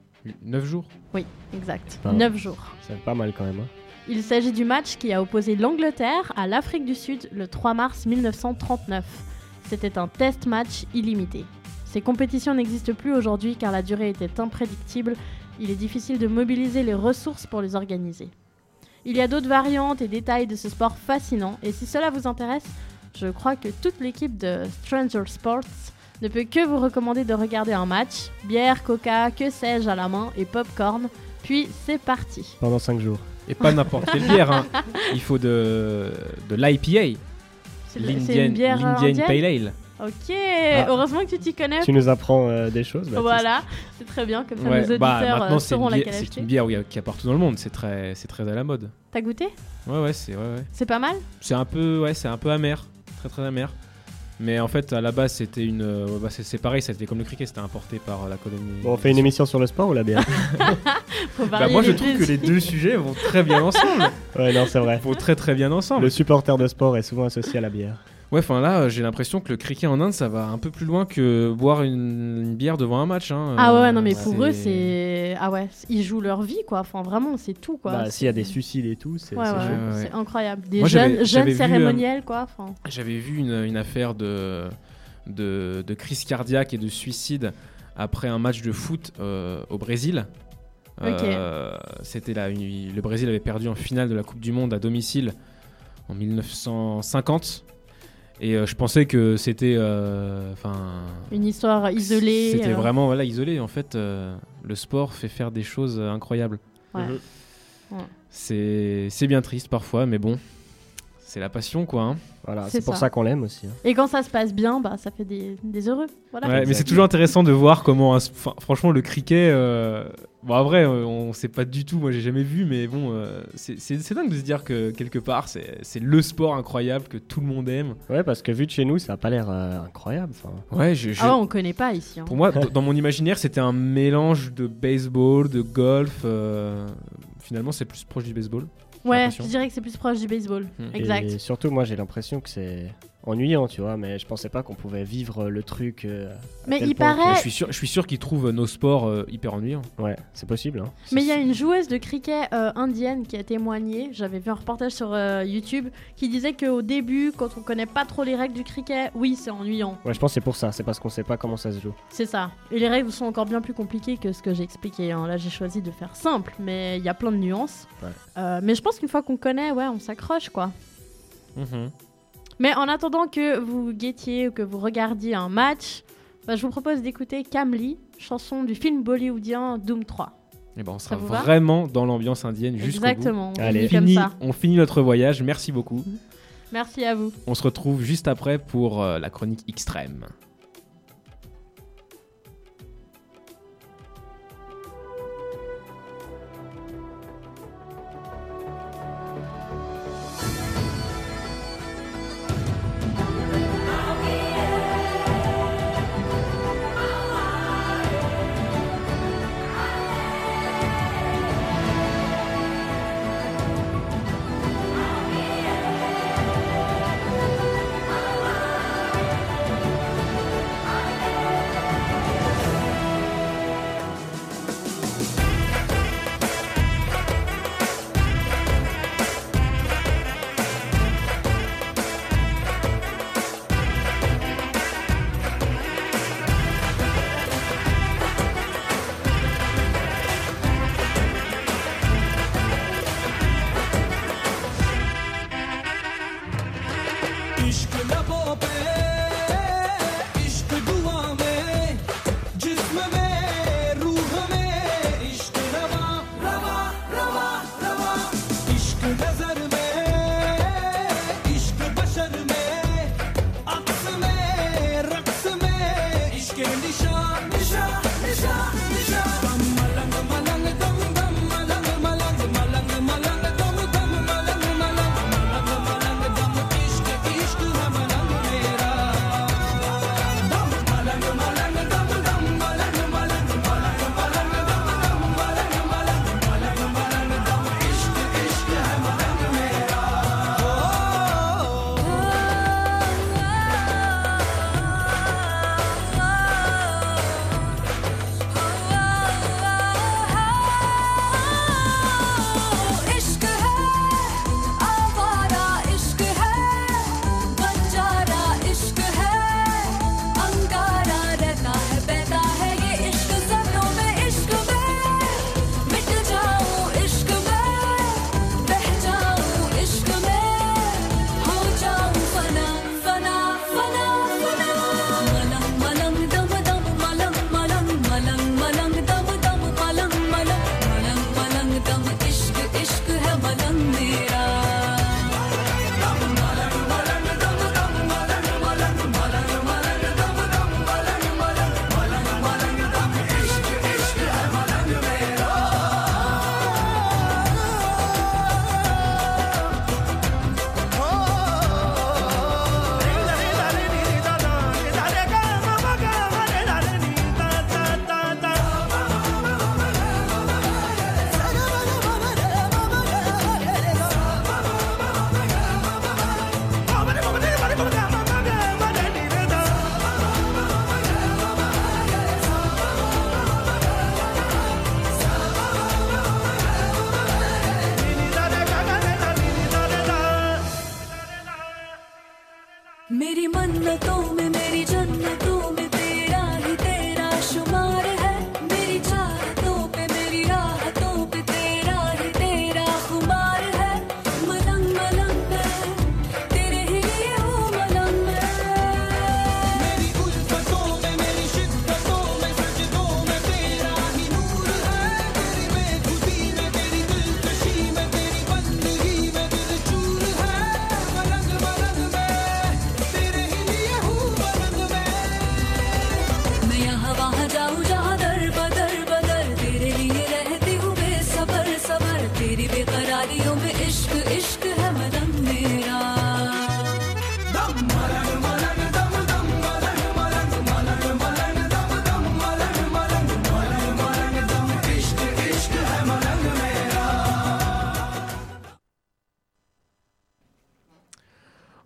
9 jours? Oui, exact. Ah. 9 jours. C'est pas mal quand même. Hein. Il s'agit du match qui a opposé l'Angleterre à l'Afrique du Sud le 3 mars 1939. C'était un test match illimité. Ces compétitions n'existent plus aujourd'hui car la durée était imprédictible. Il est difficile de mobiliser les ressources pour les organiser. Il y a d'autres variantes et détails de ce sport fascinant et si cela vous intéresse, je crois que toute l'équipe de Stranger Sports ne peut que vous recommander de regarder un match, bière, coca, que sais-je à la main et popcorn, puis c'est parti. Pendant 5 jours. Et pas n'importe quelle bière, hein. Il faut de l'IPA. C'est L'Indian une bière indienne. Pale Ale. Ok, Ah. heureusement que tu t'y connais. Tu nous apprends des choses. Baptiste. Voilà, c'est très bien, comme ça Ouais, nos auditeurs maintenant, c'est sauront une bière, laquelle c'est acheter. une bière qu'il y a partout dans le monde. C'est très à la mode. T'as goûté? Ouais, C'est pas mal? c'est un peu amer, très amer. Mais en fait, à la base, c'était c'est pareil, c'était comme le cricket, c'était importé par la colonie. Bon, on fait une émission sur le sport ou la bière? Faut Bah, varier moi, je les trouve que les plaisirs. deux sujets vont très bien ensemble. Ouais, non, c'est vrai. Vont très bien ensemble. Le supporter de sport est souvent associé à la bière. Ouais, enfin là, j'ai l'impression que le cricket en Inde, ça va un peu plus loin que boire une bière devant un match. Hein. Ah ouais, non mais pour eux c'est... Ah ouais, ils jouent leur vie quoi, enfin vraiment c'est tout quoi. Bah, C'est- s'il y a des suicides et tout, c'est Ouais, c'est ouais, chaud. ouais. c'est incroyable. Des Moi, jeunes j'avais vu, cérémoniels quoi. Enfin, J'avais vu une affaire de crise cardiaque et de suicide après un match de foot au Brésil. Ok. C'était le Brésil avait perdu en finale de la Coupe du Monde à domicile en 1950. Et je pensais que c'était, une histoire isolée. C'était vraiment isolé. En fait, le sport fait faire des choses incroyables. Ouais. Mhm. Ouais. C'est bien triste parfois, mais bon, c'est la passion quoi. Hein. Voilà, C'est c'est pour ça. ça qu'on l'aime aussi. Hein. Et quand ça se passe bien, bah ça fait des heureux. Voilà. Ouais, mais exact. c'est toujours intéressant de voir comment, franchement, le cricket. Bon, en vrai, on sait pas du tout. Moi, j'ai jamais vu, mais bon, c'est dingue de se dire que quelque part, c'est le sport incroyable que tout le monde aime. Ouais, parce que vu de chez nous, ça a pas l'air incroyable. Enfin, Ouais, Ah ouais, on connaît pas ici. Hein. pour moi, dans mon imaginaire, c'était un mélange de baseball, de golf. Finalement, c'est plus proche du baseball. Ouais, l'impression. je dirais que c'est plus proche du baseball. Exact. Et surtout, moi, j'ai l'impression que c'est ennuyant, tu vois. Mais je pensais pas qu'on pouvait vivre le truc. Mais tel il point paraît- Je suis sûr qu'ils trouvent nos sports hyper ennuyants. Ouais, c'est possible. Hein. Mais il y a une joueuse de cricket indienne qui a témoigné, j'avais vu un reportage sur YouTube, qui disait qu'au début, quand on connaît pas trop les règles du cricket, oui, c'est ennuyant. Ouais, je pense que c'est pour ça. C'est parce qu'on sait pas comment ça se joue. C'est ça. Et les règles sont encore bien plus compliquées que ce que j'ai expliqué. Hein. Là, j'ai choisi de faire simple, mais il y a plein de nuances. Ouais. Mais je pense qu'une fois qu'on connaît, ouais, on s'accroche, quoi. Mhm. Mais en attendant que vous guettiez ou que vous regardiez un match, bah, je vous propose d'écouter Kamli, chanson du film bollywoodien Doom 3. Et ben, on sera vous va vraiment dans l'ambiance indienne jusqu'au bout. Exactement, on Allez. finit comme ça. On finit notre voyage. Merci beaucoup. Merci à vous. On se retrouve juste après pour la chronique extrême.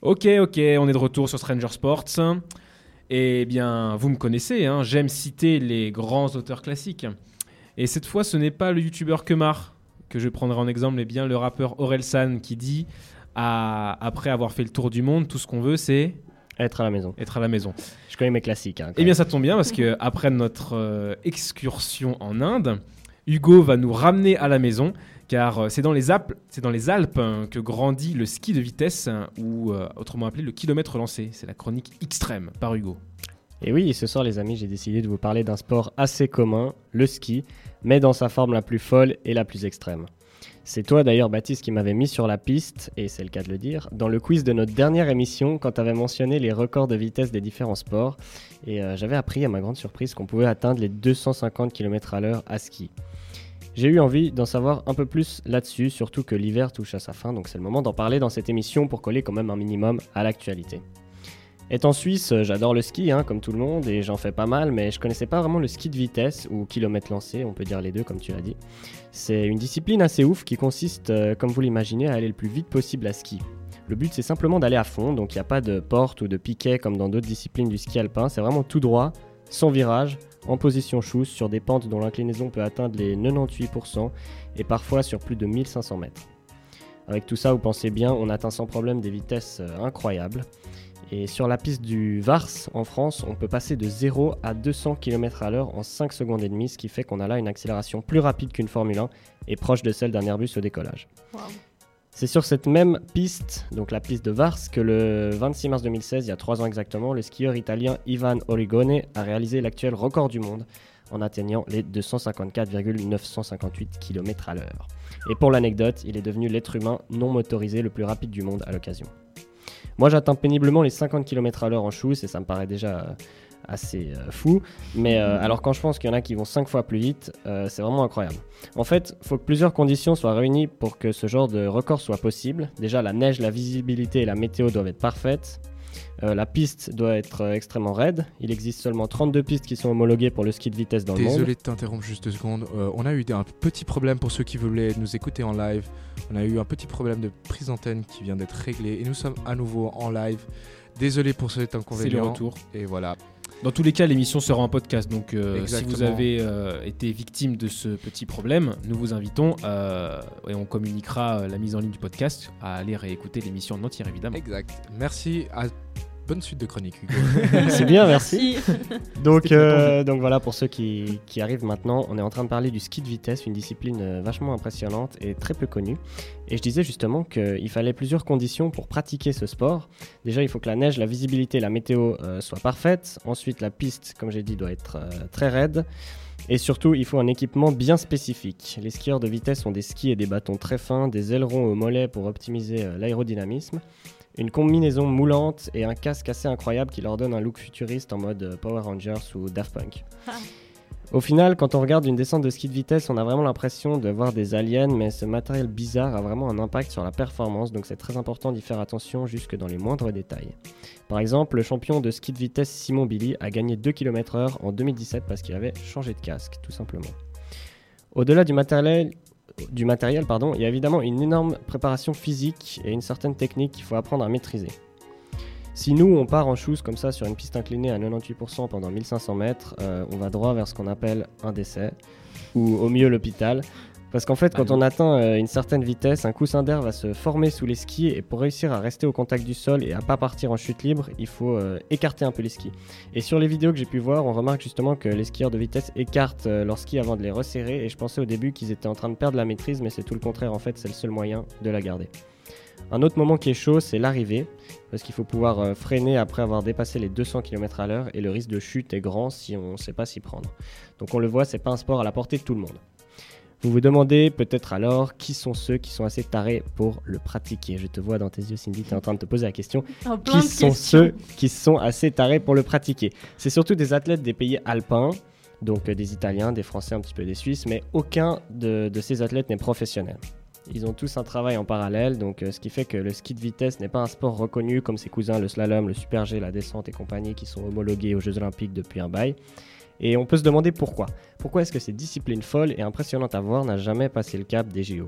Ok, on est de retour sur Stranger Sports. Eh bien, vous me connaissez, hein, j'aime citer les grands auteurs classiques. Et cette fois, ce n'est pas le youtubeur Kemar que je prendrai en exemple, mais bien le rappeur Orelsan qui dit, après avoir fait le tour du monde, tout ce qu'on veut, c'est... Être à la maison. Être à la maison. Je connais mes classiques. Hein, Eh bien, ça tombe bien parce qu'après notre excursion en Inde, Hugo va nous ramener à la maison car c'est dans les Alpes que grandit le ski de vitesse ou autrement appelé le kilomètre lancé. C'est la chronique extrême par Hugo. Et oui, ce soir les amis, j'ai décidé de vous parler d'un sport assez commun, le ski, mais dans sa forme la plus folle et la plus extrême. C'est toi d'ailleurs Baptiste qui m'avais mis sur la piste, et c'est le cas de le dire, dans le quiz de notre dernière émission quand tu avais mentionné les records de vitesse des différents sports. Et j'avais appris à ma grande surprise qu'on pouvait atteindre les 250 km/h à ski. J'ai eu envie d'en savoir un peu plus là-dessus, surtout que l'hiver touche à sa fin, donc c'est le moment d'en parler dans cette émission pour coller quand même un minimum à l'actualité. Étant suisse, j'adore le ski, comme tout le monde, et j'en fais pas mal, mais je connaissais pas vraiment le ski de vitesse, ou kilomètre lancé, on peut dire les deux comme tu l'as dit. C'est une discipline assez ouf qui consiste, comme vous l'imaginez, à aller le plus vite possible à ski. Le but c'est simplement d'aller à fond, donc il n'y a pas de porte ou de piquet comme dans d'autres disciplines du ski alpin, c'est vraiment tout droit, sans virage, en position chousse, sur des pentes dont l'inclinaison peut atteindre les 98% et parfois sur plus de 1500 mètres. Avec tout ça, vous pensez bien, on atteint sans problème des vitesses incroyables. Et sur la piste du Vars, en France, on peut passer de 0 à 200 km/h en 5 secondes et demie, ce qui fait qu'on a là une accélération plus rapide qu'une Formule 1 et proche de celle d'un Airbus au décollage. Wow. C'est sur cette même piste, donc la piste de Vars, que le 26 mars 2016, il y a 3 ans exactement, le skieur italien Ivan Origone a réalisé l'actuel record du monde en atteignant les 254,958 km/h. Et pour l'anecdote, il est devenu l'être humain non motorisé le plus rapide du monde à l'occasion. Moi j'atteins péniblement les 50 km/h en chousse et ça me paraît déjà assez fou, mais alors quand je pense qu'il y en a qui vont 5 fois plus vite, c'est vraiment incroyable. En fait, il faut que plusieurs conditions soient réunies pour que ce genre de record soit possible. Déjà la neige, la visibilité et la météo doivent être parfaites. La piste doit être extrêmement raide. Il existe seulement 32 pistes qui sont homologuées pour le ski de vitesse dans le monde. Désolé de t'interrompre juste 2 secondes. On a eu un petit problème pour ceux qui voulaient nous écouter en live. On a eu un petit problème de prise d'antenne qui vient d'être réglé et nous sommes à nouveau en live. Désolé pour cet inconvénient. C'est le retour. Et voilà. Dans tous les cas, l'émission sera en podcast, donc si vous Exactement. avez été victime de ce petit problème, nous vous invitons, et on communiquera la mise en ligne du podcast, à aller réécouter l'émission en entière évidemment. Exact. Merci. Bonne suite de chronique, Hugo. C'est bien, merci. Donc C'était voilà, pour ceux qui arrivent maintenant, on est en train de parler du ski de vitesse, une discipline vachement impressionnante et très peu connue. Et je disais justement qu'il fallait plusieurs conditions pour pratiquer ce sport. Déjà, il faut que la neige, la visibilité, la météo soient parfaites. Ensuite, la piste, comme j'ai dit, doit être très raide. Et surtout, il faut un équipement bien spécifique. Les skieurs de vitesse ont des skis et des bâtons très fins, des ailerons au mollet pour optimiser l'aérodynamisme, une combinaison moulante et un casque assez incroyable qui leur donne un look futuriste en mode Power Rangers ou Daft Punk. Au final, quand on regarde une descente de ski de vitesse, on a vraiment l'impression de voir des aliens, mais ce matériel bizarre a vraiment un impact sur la performance, donc c'est très important d'y faire attention jusque dans les moindres détails. Par exemple, le champion de ski de vitesse Simon Billy a gagné 2 km/h en 2017 parce qu'il avait changé de casque, tout simplement. Au-delà du matériel, il y a évidemment une énorme préparation physique et une certaine technique qu'il faut apprendre à maîtriser. Si nous, on part en chousse comme ça sur une piste inclinée à 98% pendant 1500 mètres, on va droit vers ce qu'on appelle un décès, ou au mieux l'hôpital. Parce qu'en fait, quand on atteint une certaine vitesse, un coussin d'air va se former sous les skis et pour réussir à rester au contact du sol et à pas partir en chute libre, il faut écarter un peu les skis. Et sur les vidéos que j'ai pu voir, on remarque justement que les skieurs de vitesse écartent leurs skis avant de les resserrer et je pensais au début qu'ils étaient en train de perdre la maîtrise, mais c'est tout le contraire en fait, c'est le seul moyen de la garder. Un autre moment qui est chaud, c'est l'arrivée, parce qu'il faut pouvoir freiner après avoir dépassé les 200 km/h et le risque de chute est grand si on ne sait pas s'y prendre. Donc on le voit, c'est pas un sport à la portée de tout le monde. Vous vous demandez peut-être alors qui sont ceux qui sont assez tarés pour le pratiquer. Je te vois dans tes yeux, Cindy, tu es en train de te poser la question. Qui sont ceux qui sont assez tarés pour le pratiquer? C'est surtout des athlètes des pays alpins, donc des Italiens, des Français, un petit peu des Suisses, mais aucun de ces athlètes n'est professionnel. Ils ont tous un travail en parallèle, donc ce qui fait que le ski de vitesse n'est pas un sport reconnu comme ses cousins le slalom, le super G, la descente et compagnie qui sont homologués aux Jeux Olympiques depuis un bail. Et on peut se demander pourquoi. Pourquoi est-ce que cette discipline folle et impressionnante à voir n'a jamais passé le cap des JO?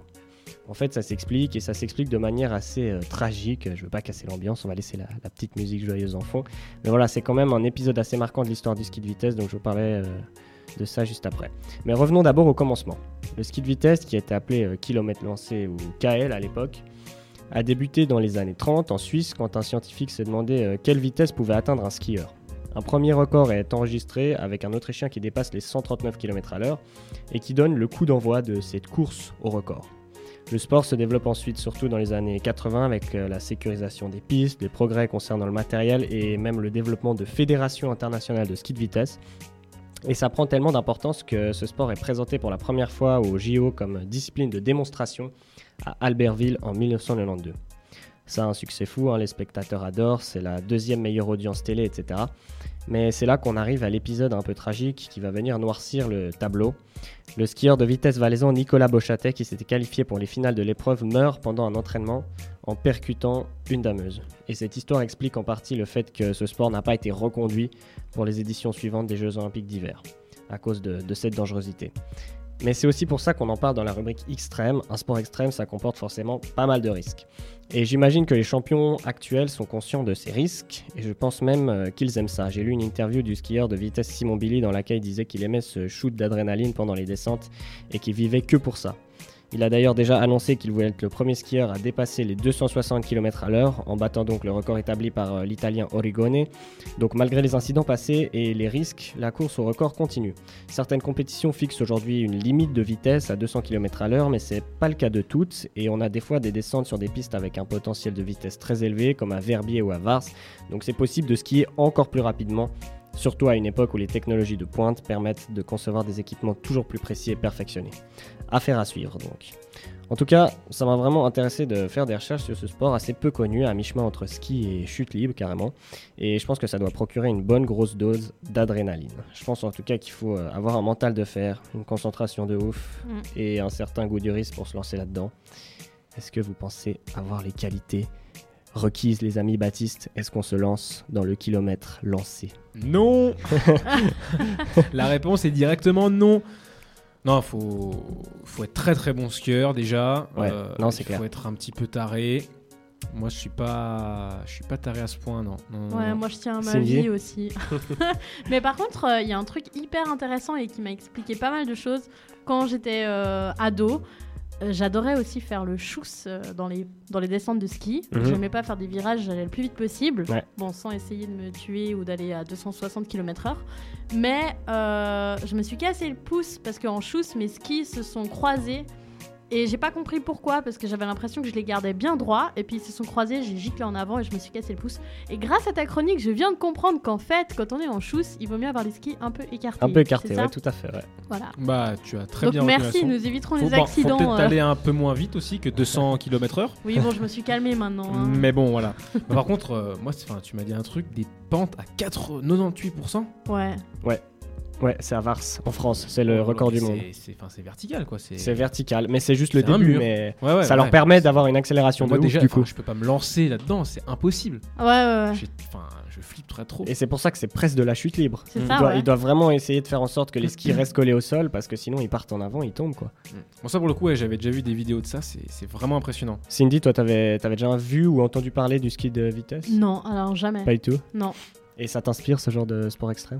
En fait, ça s'explique de manière assez tragique. Je veux pas casser l'ambiance, on va laisser la petite musique joyeuse en fond. Mais voilà, c'est quand même un épisode assez marquant de l'histoire du ski de vitesse, donc je vous parlais de ça juste après. Mais revenons d'abord au commencement. Le ski de vitesse, qui était appelé kilomètre lancé ou KL à l'époque, a débuté dans les années 30 en Suisse quand un scientifique s'est demandé quelle vitesse pouvait atteindre un skieur. Un premier record est enregistré avec un Autrichien qui dépasse les 139 km/h et qui donne le coup d'envoi de cette course au record. Le sport se développe ensuite surtout dans les années 80 avec la sécurisation des pistes, les progrès concernant le matériel et même le développement de fédérations internationales de ski de vitesse. Et ça prend tellement d'importance que ce sport est présenté pour la première fois au JO comme discipline de démonstration à Albertville en 1992. Ça a un succès fou, les spectateurs adorent, c'est la deuxième meilleure audience télé, etc. Mais c'est là qu'on arrive à l'épisode un peu tragique qui va venir noircir le tableau. Le skieur de vitesse valaisan Nicolas Beauchâtet, qui s'était qualifié pour les finales de l'épreuve, meurt pendant un entraînement en percutant une dameuse. Et cette histoire explique en partie le fait que ce sport n'a pas été reconduit pour les éditions suivantes des Jeux Olympiques d'hiver, à cause de cette dangerosité. Mais c'est aussi pour ça qu'on en parle dans la rubrique extrême. Un sport extrême, ça comporte forcément pas mal de risques. Et j'imagine que les champions actuels sont conscients de ces risques, et je pense même qu'ils aiment ça. J'ai lu une interview du skieur de vitesse Simon Billy dans laquelle il disait qu'il aimait ce shoot d'adrénaline pendant les descentes, et qu'il vivait que pour ça. Il a d'ailleurs déjà annoncé qu'il voulait être le premier skieur à dépasser les 260 km/h, en battant donc le record établi par l'Italien Origone. Donc malgré les incidents passés et les risques, la course au record continue. Certaines compétitions fixent aujourd'hui une limite de vitesse à 200 km/h, mais c'est pas le cas de toutes, et on a des fois des descentes sur des pistes avec un potentiel de vitesse très élevé, comme à Verbier ou à Vars, donc c'est possible de skier encore plus rapidement, surtout à une époque où les technologies de pointe permettent de concevoir des équipements toujours plus précis et perfectionnés. Affaire à suivre donc. En tout cas, ça m'a vraiment intéressé de faire des recherches sur ce sport assez peu connu, à mi-chemin entre ski et chute libre carrément, et je pense que ça doit procurer une bonne grosse dose d'adrénaline. Je pense en tout cas qu'il faut avoir un mental de fer, une concentration de ouf et un certain goût du risque pour se lancer là-dedans. Est-ce que vous pensez avoir les qualités requises, les amis Baptiste? Est-ce qu'on se lance dans le kilomètre lancé? Non. La réponse est directement non. Non, faut être très très bon skieur déjà. Ouais, non, c'est clair. Faut être un petit peu taré. Moi, je suis pas taré à ce point, non. Ouais, moi je tiens à ma vie aussi. Mais par contre, il y a un truc hyper intéressant et qui m'a expliqué pas mal de choses. Quand j'étais ado, j'adorais aussi faire le chousse dans les descentes de ski. J'aimais pas faire des virages, j'allais le plus vite possible. Ouais. Bon, sans essayer de me tuer ou d'aller à 260 km/h. Mais je me suis cassé le pouce parce qu'en chousse, mes skis se sont croisés. Et j'ai pas compris pourquoi, parce que j'avais l'impression que je les gardais bien droits, et puis ils se sont croisés, j'ai giclé en avant et je me suis cassé le pouce. Et grâce à ta chronique, je viens de comprendre qu'en fait, quand on est en chousse, il vaut mieux avoir les skis un peu écartés. Un peu écartés, ouais, tout à fait, ouais. Voilà. Bah, tu as très donc bien merci, nous éviterons les accidents. Faut peut-être aller un peu moins vite aussi que 200 km/h. Oui, bon, je me suis calmé maintenant. Hein. Mais bon, voilà. Par contre, moi, tu m'as dit un truc, des pentes à 98%. Ouais. Ouais, c'est à Vars, en France. C'est le record du monde. C'est vertical, quoi. C'est vertical, mais c'est juste le début. Mais ça leur ouais. permet d'avoir une accélération de ouf, déjà, du coup. Je peux pas me lancer là-dedans, c'est impossible. Ouais. Je flippe très trop. Et c'est pour ça que c'est presque de la chute libre. C'est ça, ils doivent vraiment essayer de faire en sorte que les skis restent collés au sol, parce que sinon ils partent en avant, ils tombent, quoi. Bon, ça pour le coup, j'avais déjà vu des vidéos de ça, c'est vraiment impressionnant. Cindy, toi, t'avais déjà vu ou entendu parler du ski de vitesse? Non, alors jamais. Pas du tout? Non. Et ça t'inspire, ce genre de sport extrême?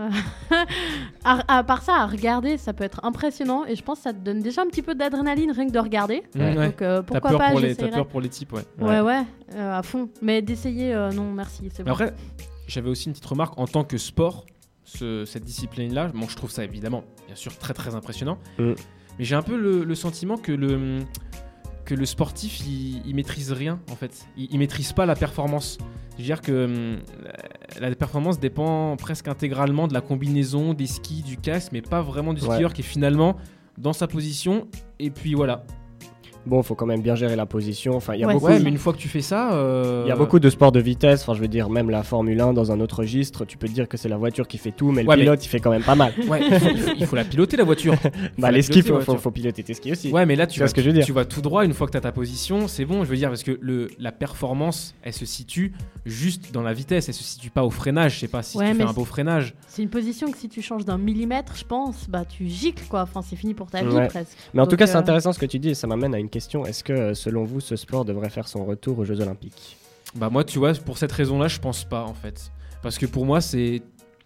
À part ça, à regarder, ça peut être impressionnant, et je pense que ça te donne déjà un petit peu d'adrénaline rien que de regarder. Donc pourquoi pas, t'as peur pour les types, ouais. Ouais, à fond. Mais d'essayer, non, merci, c'est bon. Après, j'avais aussi une petite remarque en tant que sport, cette discipline-là. Bon, je trouve ça évidemment, bien sûr, très très impressionnant. Mais j'ai un peu le sentiment que le sportif, il maîtrise rien en fait. Il maîtrise pas la performance. Je veux dire que la performance dépend presque intégralement de la combinaison des skis, du casque, mais pas vraiment du skieur qui est finalement dans sa position. Et puis voilà. Bon, faut quand même bien gérer la position. Enfin, il y a beaucoup. Ouais, mais une fois que tu fais ça, il y a beaucoup de sports de vitesse. Enfin, je veux dire, même la Formule 1 dans un autre registre, tu peux te dire que c'est la voiture qui fait tout, mais le pilote, il fait quand même pas mal. Ouais, il faut la piloter la voiture. Les skis, faut piloter tes skis aussi. Ouais, mais là, tu vas tout droit une fois que tu as ta position, c'est bon. Je veux dire, parce que la performance, elle se situe juste dans la vitesse. Elle se situe pas au freinage. Je sais pas si tu fais un beau freinage. C'est une position que si tu changes d'1 millimètre, je pense, bah tu gicles quoi. Enfin, c'est fini pour ta vie presque. Mais en tout cas, c'est intéressant ce que tu dis et ça m'amène à une question. Est-ce que, selon vous, ce sport devrait faire son retour aux Jeux Olympiques ? Bah moi, tu vois, pour cette raison-là, je pense pas en fait. Parce que pour moi, c'est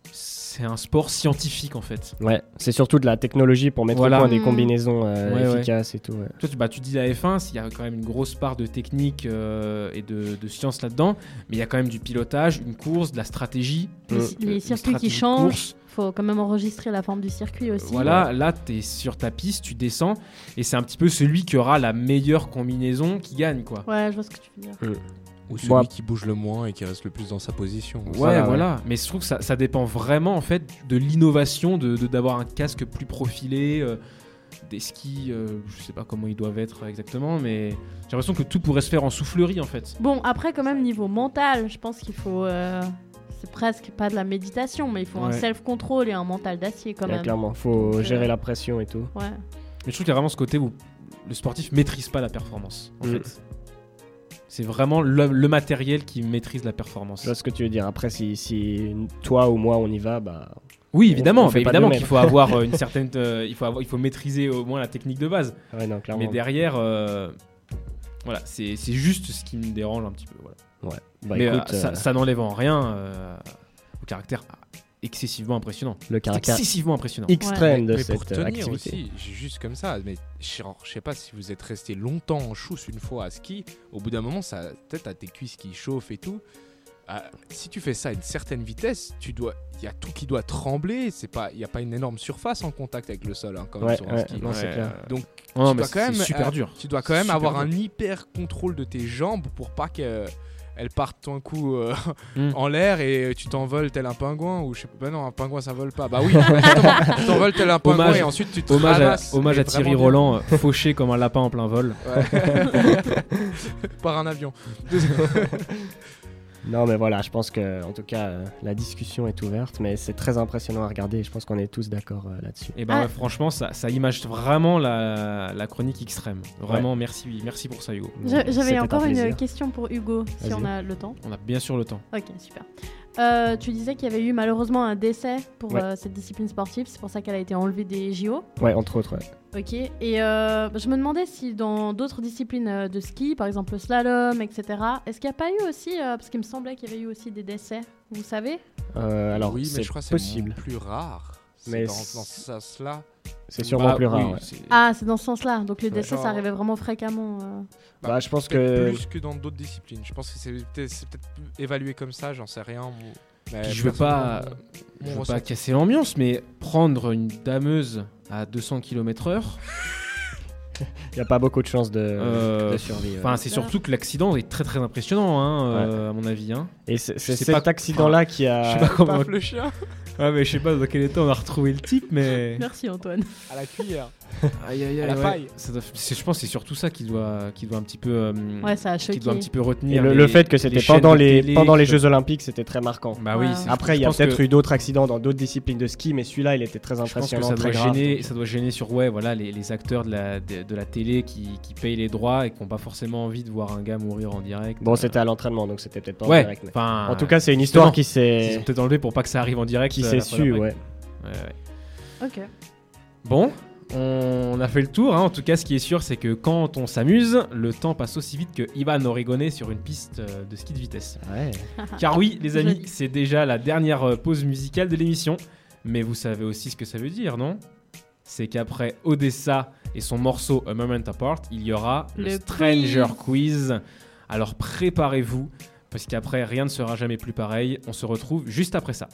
un sport scientifique en fait. Ouais, c'est surtout de la technologie pour mettre Voilà. au point des combinaisons Ouais. efficaces et tout. Ouais. Toi, tu dis la F1, il y a quand même une grosse part de technique et de science là-dedans, mais il y a quand même du pilotage, une course, de la stratégie. Les une circuits stratégie qui de changent, course. faut quand même enregistrer la forme du circuit aussi. Voilà, là, tu es sur ta piste, tu descends, et c'est un petit peu celui qui aura la meilleure combinaison qui gagne, quoi. Ouais, je vois ce que tu veux dire. Ou celui Bon, qui bouge le moins et qui reste le plus dans sa position. Voilà. Mais je trouve que ça dépend vraiment, en fait, de l'innovation, d'avoir un casque plus profilé, des skis, je sais pas comment ils doivent être exactement, mais j'ai l'impression que tout pourrait se faire en soufflerie, en fait. Bon, après, quand même, niveau mental, je pense qu'il faut. C'est presque pas de la méditation, mais il faut un Ouais. self-control et un mental d'acier quand Ouais, même. clairement, faut Donc, gérer la pression et tout. Ouais. Mais je trouve qu'il y a vraiment ce côté où le sportif maîtrise pas la performance, en fait. C'est vraiment le matériel qui maîtrise la performance. Je vois ce que tu veux dire. Après, si toi ou moi on y va, bah. Oui, évidemment, on fait pas de évidemment même. qu'il faut avoir une certaine, il faut maîtriser au moins la technique de base. Ouais, non, clairement. Mais derrière, voilà, c'est juste ce qui me dérange un petit peu. Voilà. Ouais. Bah, Mais écoute, ça n'enlève en rien au caractère excessivement impressionnant. le caractère Excessivement impressionnant. extrême de Mais pour cette tenir activité. aussi, j'ai juste comme ça, mais je sais pas si vous êtes resté longtemps en chousse une fois à ski, au bout d'un moment, ça, peut-être t'as tes cuisses qui chauffent et tout. Si tu fais ça à une certaine vitesse, il y a tout qui doit trembler. Il y a pas une énorme surface en contact avec le sol, hein, quand même, Ouais, sur un ouais, ski. non, c'est clair. Donc Non, tu mais dois quand même, c'est super dur. tu dois quand même Super avoir dur. un hyper contrôle de tes jambes pour pas qu'elles partent tout un coup Mm. en l'air et tu t'envoles tel un pingouin ou je sais pas. Bah non, un pingouin ça vole pas. Bah oui, justement, tu t'envoles tel un pingouin Hommage- et ensuite tu te Hommage ramasses, à mais Thierry vraiment Roland, fauché comme un lapin en plein vol. bien. Par un avion. Non, mais voilà, je pense que, en tout cas, la discussion est ouverte, mais c'est très impressionnant à regarder. Et je pense qu'on est tous d'accord là-dessus. Et ben Ah. ouais, franchement, ça image vraiment la chronique extrême. Vraiment, merci pour ça, Hugo. C'était J'avais un encore une plaisir. question pour Hugo, si Vas-y. on a le temps. On a bien sûr le temps. Ok, super. Tu disais qu'il y avait eu malheureusement un décès pour Ouais. cette discipline sportive, c'est pour ça qu'elle a été enlevée des JO. Ouais, entre autres. Ouais. Ok, et je me demandais si dans d'autres disciplines de ski, par exemple le slalom, etc., est-ce qu'il n'y a pas eu aussi, parce qu'il me semblait qu'il y avait eu aussi des décès, vous savez? Alors, oui, c'est mais je crois que c'est possible. plus rare. Mais Dans ce sens-là. C'est sûrement plus rare. oui, Ouais. c'est- Ah, c'est dans ce sens-là, donc les décès, genre- ça arrivait vraiment fréquemment. Bah, je pense Peut-être que. plus que dans d'autres disciplines. Je pense que c'est peut-être évalué comme ça, j'en sais rien. Mais Puis je veux pas, personnellement, je mon veux pas ressenti. casser l'ambiance, mais prendre une dameuse à 200 km/h, Il n'y a pas beaucoup de chances de survie. ouais. enfin, c'est surtout que l'accident est très très impressionnant, hein, à mon avis. Hein. Et c'est sais cet pas- accident-là qui Je sais a. pas comment. Paf le chien Ah, mais je sais pas dans quel état on a retrouvé le type, mais. Merci Antoine. à la cuillère. Aïe aïe À la ouais. paille. Je pense que c'est surtout ça qui doit un petit peu. Ouais, ça a qui choqué. doit un petit peu Et retenir. le fait que c'était chaînes pendant de les, télé, pendant les que- Jeux Olympiques, c'était très marquant. Bah oui. Ouais. c'est- Après, il je y a pense peut-être que- eu d'autres accidents dans d'autres disciplines de ski, mais celui-là, il était très Je pense que impressionnant, ça très doit grave. gêner, ça doit gêner sur voilà, les acteurs de la télé qui payent les droits et qui n'ont pas forcément envie de voir un gars mourir en direct. Bon, c'était à l'entraînement, donc c'était peut-être pas en Ouais, direct. mais- enfin. En tout cas, c'est une histoire qui Ils s'est ont peut-être enlevé pour pas que ça arrive en direct. qui la s'est fois su, d'après. ouais. Ouais. Ok. Bon, on a fait le tour. Hein. En tout cas, ce qui est sûr, c'est que quand on s'amuse, le temps passe aussi vite que Ivan Oregonais sur une piste de ski de vitesse. Ouais. Car oui, les amis, Joli. c'est déjà la dernière pause musicale de l'émission. Mais vous savez aussi ce que ça veut dire, non? C'est qu'après Odessa et son morceau A Moment Apart, il y aura le Le Stranger Quiz. Alors préparez-vous, parce qu'après, rien ne sera jamais plus pareil. On se retrouve juste après ça.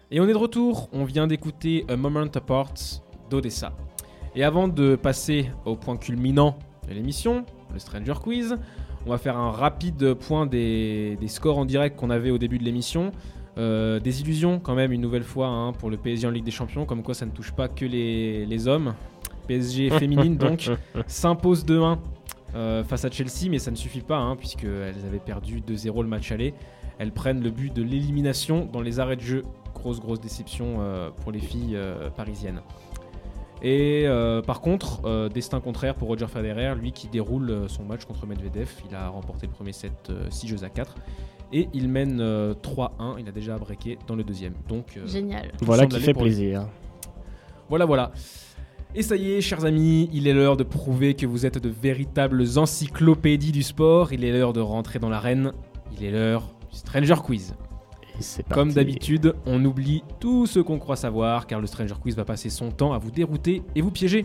Et on est de retour, on vient d'écouter A Moment Apart d'Odessa. Et avant de passer au point culminant de l'émission, le Stranger Quiz, on va faire un rapide point des scores en direct qu'on avait au début de l'émission. Des illusions quand même une nouvelle fois hein, pour le PSG en Ligue des Champions, comme quoi ça ne touche pas que les hommes. PSG féminine donc s'impose 2-1 face à Chelsea, mais ça ne suffit pas hein, puisqu'elles avaient perdu 2-0 le match aller. Elles prennent le but de l'élimination dans les arrêts de jeu. Grosse déception pour les filles parisiennes. Et par contre, destin contraire pour Roger Federer, lui qui déroule son match contre Medvedev. Il a remporté le premier set 6-4 et il mène 3-1. Il a déjà breaké dans le deuxième. Donc, génial. Voilà qui fait plaisir. Voilà. Et ça y est, chers amis, il est l'heure de prouver que vous êtes de véritables encyclopédies du sport. Il est l'heure de rentrer dans l'arène. Il est l'heure du Stranger Quiz. Comme d'habitude, on oublie tout ce qu'on croit savoir car le Stranger Quiz va passer son temps à vous dérouter et vous piéger.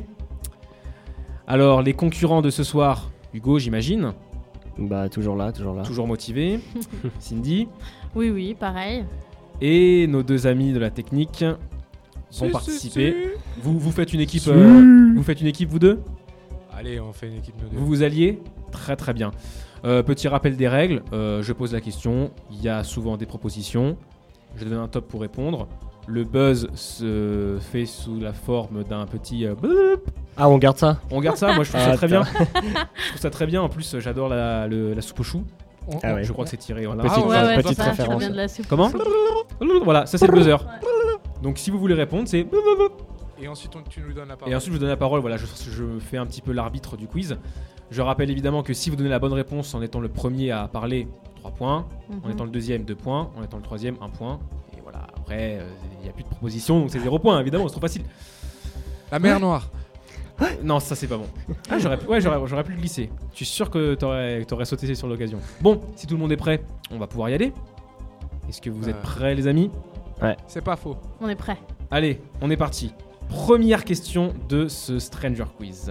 Alors, les concurrents de ce soir, Hugo, j'imagine. Bah, toujours là. Toujours motivé. Cindy. Oui, pareil. Et nos deux amis de la technique vont participer. Vous faites une équipe, vous faites une équipe, vous deux ? Allez, on fait une équipe nous deux. Vous vous alliez ? Très bien. Petit rappel des règles, je pose la question, il y a souvent des propositions, je donne un top pour répondre, le buzz se fait sous la forme d'un petit boop. Ah, on garde ça ? On garde ça, moi je trouve ça très bien. Je trouve ça très bien, en plus j'adore la soupe aux choux. Ah ouais. Je crois que c'est tiré. Voilà. Petite ça, référence. bien de la soupe. Comment ? Voilà, ça c'est le buzzer. Donc si vous voulez répondre, c'est... Et ensuite tu nous donnes la parole. Et ensuite je vous donne la parole, voilà, je fais un petit peu l'arbitre du quiz. Je rappelle évidemment que si vous donnez la bonne réponse en étant le premier à parler, 3 points. En étant le deuxième, 2 points. En étant le troisième, 1 point. Et voilà, après, il n'y a plus de proposition, donc c'est 0 points, évidemment, c'est trop facile. La mer Noire. Non, ça c'est pas bon. Ah, j'aurais pu le glisser. Je suis sûr que t'aurais sauté sur l'occasion. Bon, si tout le monde est prêt, on va pouvoir y aller. Est-ce que vous êtes prêts, les amis ? Ouais. C'est pas faux. On est prêt. Allez, on est parti. Première question de ce Stranger Quiz.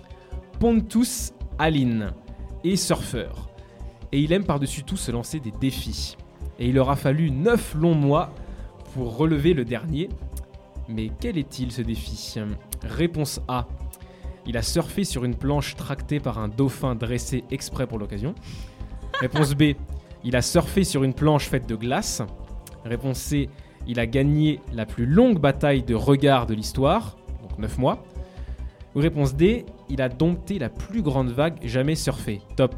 Pontus Alin est surfeur et il aime par-dessus tout se lancer des défis. Et il aura fallu 9 longs mois pour relever le dernier. Mais quel est-il ce défi ? Réponse A. Il a surfé sur une planche tractée par un dauphin dressé exprès pour l'occasion. Réponse B. Il a surfé sur une planche faite de glace. Réponse C. Il a gagné la plus longue bataille de regard de l'histoire, donc 9 mois. Ou réponse D. Il a dompté la plus grande vague jamais surfée. Top.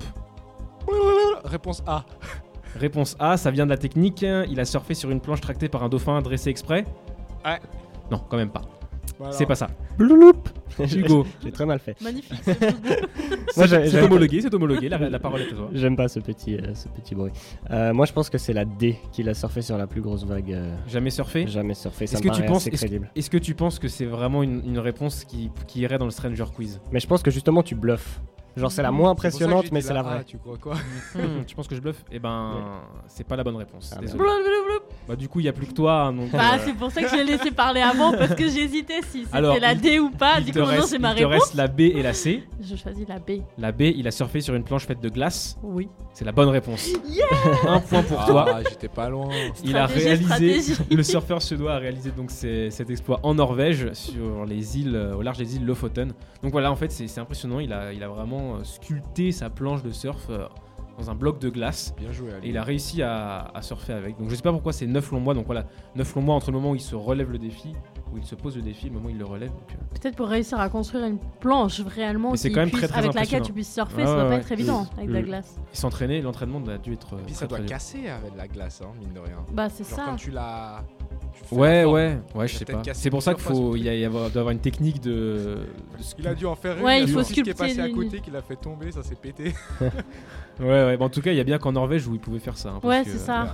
Réponse A. Réponse A, ça vient de la technique. Il a surfé sur une planche tractée par un dauphin dressé exprès. Ouais. Non, quand même pas. Voilà. C'est pas ça. Blouloup. Hugo. J'ai très mal fait. Magnifique. Moi, C'est homologué, la parole est à toi. J'aime pas ce petit bruit. Moi, je pense que c'est la D qu'il a surfé sur la plus grosse vague. Jamais surfé. Jamais surfé. Ça Est-ce me que, tu paraît penses, assez crédible. est-ce que tu penses que c'est vraiment une réponse qui irait dans le Stranger Quiz ? Mais je pense que justement, tu bluffes. Genre, c'est la moins impressionnante, mais c'est la vraie. Tu crois quoi? Tu penses que je bluffe ? Eh ben, c'est pas la bonne réponse. Ah, Désolé. Blablabla. Bah, du coup, il n'y a plus que toi. hein, donc, Bah, c'est pour ça que j'ai laissé parler avant parce que j'hésitais si Alors, c'était la D ou pas. il Du te coup, maintenant reste- c'est ma il te réponse. reste la B et la C. Je choisis la B. La B, il a surfé sur une planche faite de glace. Oui. C'est la bonne réponse. Un point pour toi. Ah, j'étais pas loin. Il a Stratégie, réalisé, stratégie. le surfeur suédois a réalisé donc cet exploit en Norvège, sur les îles, au large des îles Lofoten. Donc voilà, en fait, c'est impressionnant. Il a vraiment sculpté sa planche de surf dans un bloc de glace. Bien joué, Ali. Et il a réussi à surfer avec. Donc je sais pas pourquoi c'est 9 longs mois. Donc voilà, 9 longs mois entre le moment où il se relève le défi, où il se pose le défi, et le moment où il le relève. Donc, Peut-être pour réussir à construire une planche réellement Mais c'est qui quand même puisse- très, très avec laquelle impressionnant. tu puisses surfer, Ah ça doit ouais, pas ouais. être évident avec de la glace. il s'entraînait, l'entraînement a dû être. Et puis très, ça doit très dur. casser avec la glace, hein, mine de rien. Bah c'est Genre ça. quand tu l'as. tu fais Ouais, la forme. ouais, Il a je sais peut-être pas. cassé C'est pour ça qu'il plusieurs fois faut, son il doit y avoir une technique de Il a dû en faire une. Ouais, il il y a faut le fils qui est sculpter passé à une- côté, qui l'a fait tomber, ça s'est pété. Ouais, bon, en tout cas, il y a bien qu'en Norvège où ils pouvaient faire ça. hein, parce Ouais, que, c'est ça.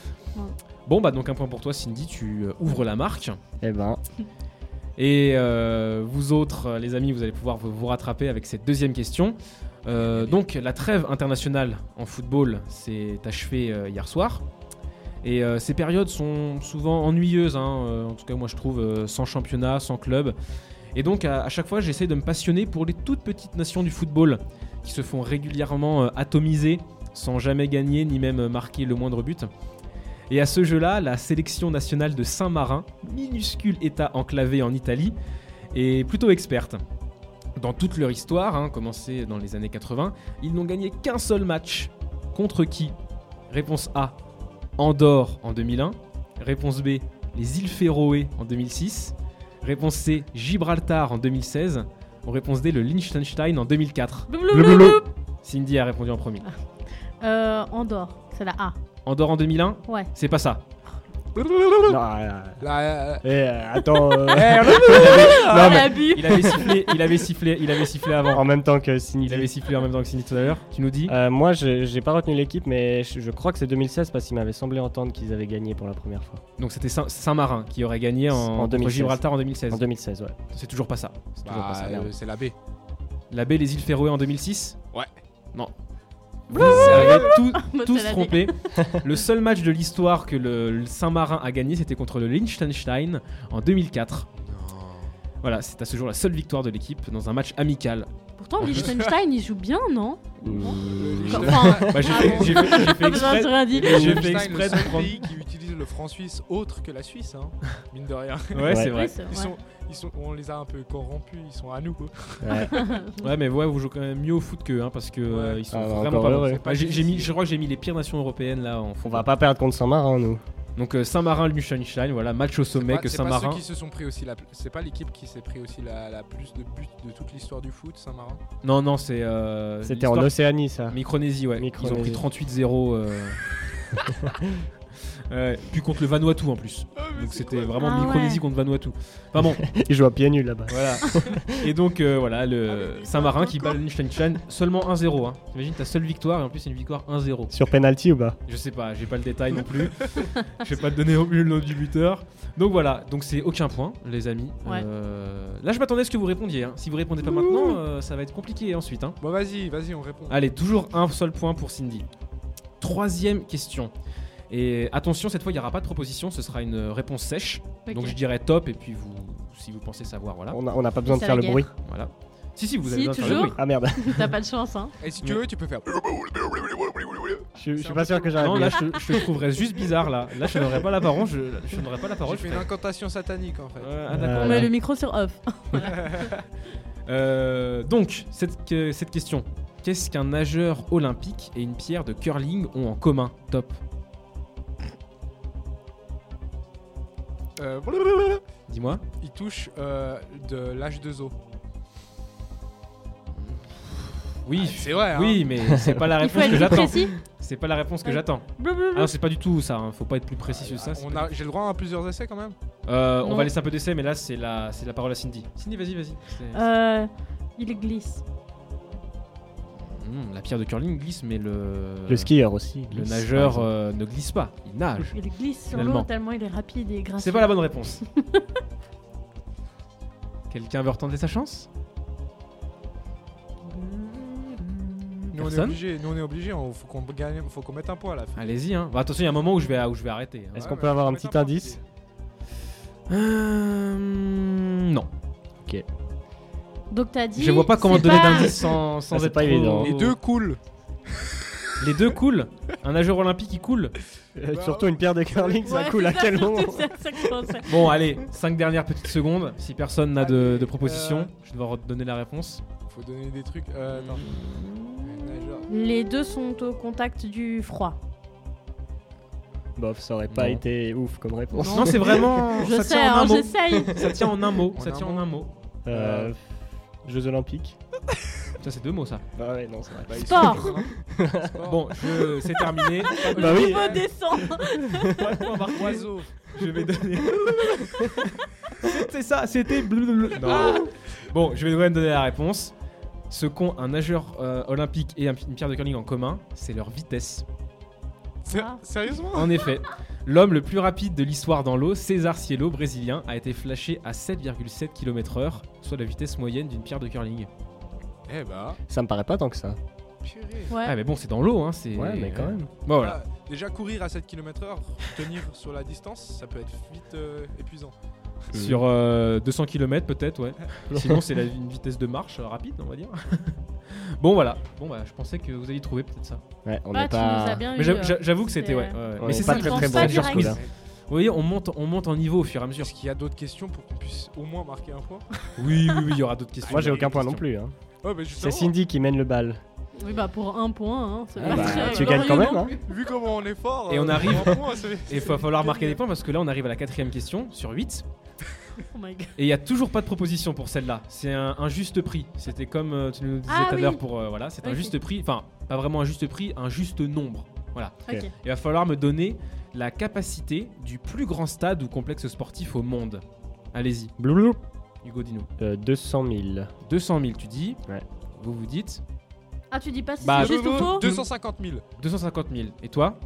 Bon, bah, donc un point pour toi, Cindy, tu ouvres la marque. Eh ben, Et vous autres, les amis, vous allez pouvoir vous rattraper avec cette deuxième question. Donc, la trêve internationale en football s'est achevée hier soir. Et ces périodes sont souvent ennuyeuses, hein, en tout cas, moi je trouve, sans championnat, sans club. Et donc, à chaque fois, j'essaie de me passionner pour les toutes petites nations du football qui se font régulièrement atomiser sans jamais gagner ni même marquer le moindre but. Et à ce jeu-là, la sélection nationale de Saint-Marin, minuscule état enclavé en Italie, est plutôt experte. Dans toute leur histoire, commencée dans les années 80, ils n'ont gagné qu'un seul match. Contre qui? Réponse A, Andorre en 2001. Réponse B, les îles Féroé en 2006. Réponse C, Gibraltar en 2016. Ou réponse D, le Liechtenstein en 2004. Cindy a répondu en premier. Andorre, c'est la A. Andorre en 2001? Ouais. C'est pas ça. Non, attends. Non, mais- Il avait sifflé avant. En même temps que Cindy. Il avait sifflé en même temps que Cindy tout à l'heure. Tu nous dis? Moi, j'ai pas retenu l'équipe, mais je crois que c'est 2016 parce qu'il m'avait semblé entendre qu'ils avaient gagné pour la première fois. Donc c'était Saint-Marin qui aurait gagné En contre 2016. Gibraltar en 2016. En 2016, ouais. C'est toujours pas ça. C'est toujours pas ça. merde. C'est la B. La baie les îles Féroé en 2006? Ouais. Non. Vous avez Moi, tous c'est la D. trompés. Le seul match de l'histoire que le Saint-Marin a gagné, c'était contre le Liechtenstein en 2004. Non. Voilà, c'est à ce jour la seule victoire de l'équipe dans un match amical. Pourtant, Liechtenstein, il joue bien, non? Liechtenstein- Bah, j'ai fait Pas besoin exprès. de rien dire. J'ai fait Liechtenstein, exprès le de seul prendre. pays qui utilise le franc suisse autre que la Suisse, mine de rien. Ouais, c'est Ouais. vrai. Oui, c'est vrai. On les a un peu corrompus, ils sont à nous. Quoi. Ouais. Ouais, mais ouais, vous jouez quand même mieux au foot qu'eux, parce que Ouais. ils sont Ah, vraiment encore pas bons. heureux. C'est pas Bah, j'ai difficile. mis, je crois que j'ai mis les pires nations européennes là en On foot. va pas perdre contre Saint-Marin, nous. Donc Saint-Marin, Liechtenstein, voilà, match au sommet que C'est pas Saint-Marin. ceux qui se sont pris aussi c'est pas l'équipe qui s'est pris aussi la plus de buts de toute l'histoire du foot, Saint-Marin. Non, c'est. C'était en l'histoire- Océanie, ça. Micronésie, ouais. Ils ont Micronésie. pris 38-0. Puis contre le Vanuatu en plus. Donc c'était vraiment Ah Micronésie ouais. contre Vanuatu. Enfin bon, Ils jouent à pieds nus là-bas. voilà. Et donc voilà, le Saint-Marin qui bat le Liechtenstein seulement 1-0. T'imagines ta seule victoire et en plus c'est une victoire 1-0. Sur penalty ou pas? Je sais pas, j'ai pas le détail non plus. Je vais pas te donner non plus le nom du buteur. Donc voilà, donc c'est aucun point, les amis. Ouais. Là, je m'attendais à ce que vous répondiez. Si vous répondez pas maintenant, ça va être compliqué ensuite. Bon, vas-y, on répond. Allez, toujours un seul point pour Cindy. Troisième question. Et attention, cette fois, il n'y aura pas de proposition, ce sera une réponse sèche. Ok. Donc je dirais top, et puis vous, si vous pensez savoir, voilà. On n'a pas besoin de C'est faire la le guerre. bruit. Voilà. Si, vous Si, avez besoin de faire le toujours. bruit. Ah merde. T'as pas de chance, hein. Et si tu veux, tu peux faire. Je suis pas sûr que j'arrive Non, bien. là, je te trouverais juste bizarre, là. Là, je n'aurais pas la parole, je n'aurais pas la parole. J'ai fait je une ferais- incantation satanique en fait. Ah, d'accord. On met le micro sur off. Donc, cette question. Qu'est-ce qu'un nageur olympique et une pierre de curling ont en commun? Top. Dis-moi. Il touche de l'âge de zoo. Oui, c'est vrai. oui, mais c'est pas la Il faut réponse que être plus j'attends. précis. C'est pas la réponse que Ouais. j'attends. Blablabla. Ah non, c'est pas du tout ça. Faut pas être plus précis que ça. c'est pas- J'ai le droit à plusieurs essais quand même. On Non. va laisser un peu d'essai, mais là c'est la parole à Cindy. Cindy, vas-y. C'est- Il glisse. La pierre de curling glisse, mais Le skieur aussi. le glisse, nageur par exemple. ne glisse pas. Il nage. Il glisse sur Finalement. l'eau tellement il est rapide et gracieux. C'est pas la bonne réponse. Quelqu'un veut retenter sa chance? Nous on est Personne obligé. Faut qu'on gagne. Faut qu'on mette un point à la fin. Allez-y. Bah, attention, il y a un moment où je vais arrêter. Est-ce Ouais, qu'on mais peut avoir faut un mettre petit un indice? Non. Donc t'as dit. Je vois pas comment c'est donner pas- d'indice sans c'est être pas trop- évident. Les deux coulent. Les deux coulent. Un nageur olympique il coule. Surtout une pierre de curling, ça Ouais, coule à c'est ça, quel moment? c'est ça que je pensais. Bon, allez, 5 dernières petites secondes. Si personne n'a de Allez, proposition, je vais devoir donner la réponse. Faut donner des trucs. Non. Nageur. Les deux sont au contact du froid. Bof, ça aurait pas Non. été ouf comme réponse. Non, c'est vraiment. Je ça sais, tient en un hein, mot. j'essaye. Ça tient en un mot. En Ça un tient en mot. un mot. Jeux Olympiques. Ça, c'est deux mots, ça. Ah ouais, non, c'est vrai. Bah, ils Sport. sont jeux olympiques. Sport. Bon, c'est terminé. Bah oui. Niveau descend. Pas de point marqué. Oiseau. Je vais donner. C'était ça, c'était blablabla. Non. Bon, je vais quand même donner la réponse. Ce qu'ont un nageur olympique et une pierre de curling en commun, c'est leur vitesse. Ah. Sérieusement? En effet, l'homme le plus rapide de l'histoire dans l'eau, César Cielo, brésilien, a été flashé à 7,7 km/h, soit la vitesse moyenne d'une pierre de curling. Eh bah. Ça me paraît pas tant que ça. Purée. Ouais. Ah mais bon, c'est dans l'eau, hein, c'est... Ouais, mais quand même. Bon, voilà. Déjà courir à 7 km/h, tenir sur la distance, ça peut être vite épuisant. Sur 200 km peut-être, ouais. Sinon, c'est une vitesse de marche rapide, on va dire. Bon, voilà. Bon, bah, je pensais que vous alliez trouver peut-être ça. Ouais, on Bah, n'est tu nous as pas. bien Mais eu. j'avoue que c'était, ouais. On Mais est c'est pas ça, très pense très pas bon direct. sur ce coup-là. Vous voyez, on monte en niveau au fur et à mesure. Est-ce qu'il y a d'autres questions pour qu'on puisse au moins marquer un point? Oui, il y aura d'autres questions. Moi, j'ai Il y a aucun des point non questions. plus. Hein. Ouais, mais C'est justement, Cindy qui mène le bal. Oui, bah pour 1 point, hein, c'est pas Bah, très tu gagnes quand glorieux même. non Hein. plus. vu comment on est fort, Et on arrive- un point, c'est- Et il va falloir marquer des points parce que là, on arrive à la 4e question sur 8. Oh my god. Et il n'y a toujours pas de proposition pour celle-là. C'est un juste prix. C'était comme tu nous disais Ah tout à l'heure oui. pour. Voilà, c'est un Ok. juste prix. Enfin, pas vraiment un juste prix, un juste nombre. Voilà. Ok. Ok. Il va falloir me donner la capacité du plus grand stade ou complexe sportif au monde. Allez-y, Blou. Hugo, dis-nous. 200 000. 200 000, tu dis. Ouais. Vous dites. Ah, tu dis pas si Bah, c'est juste ou faux 250 000. 250 000. Et toi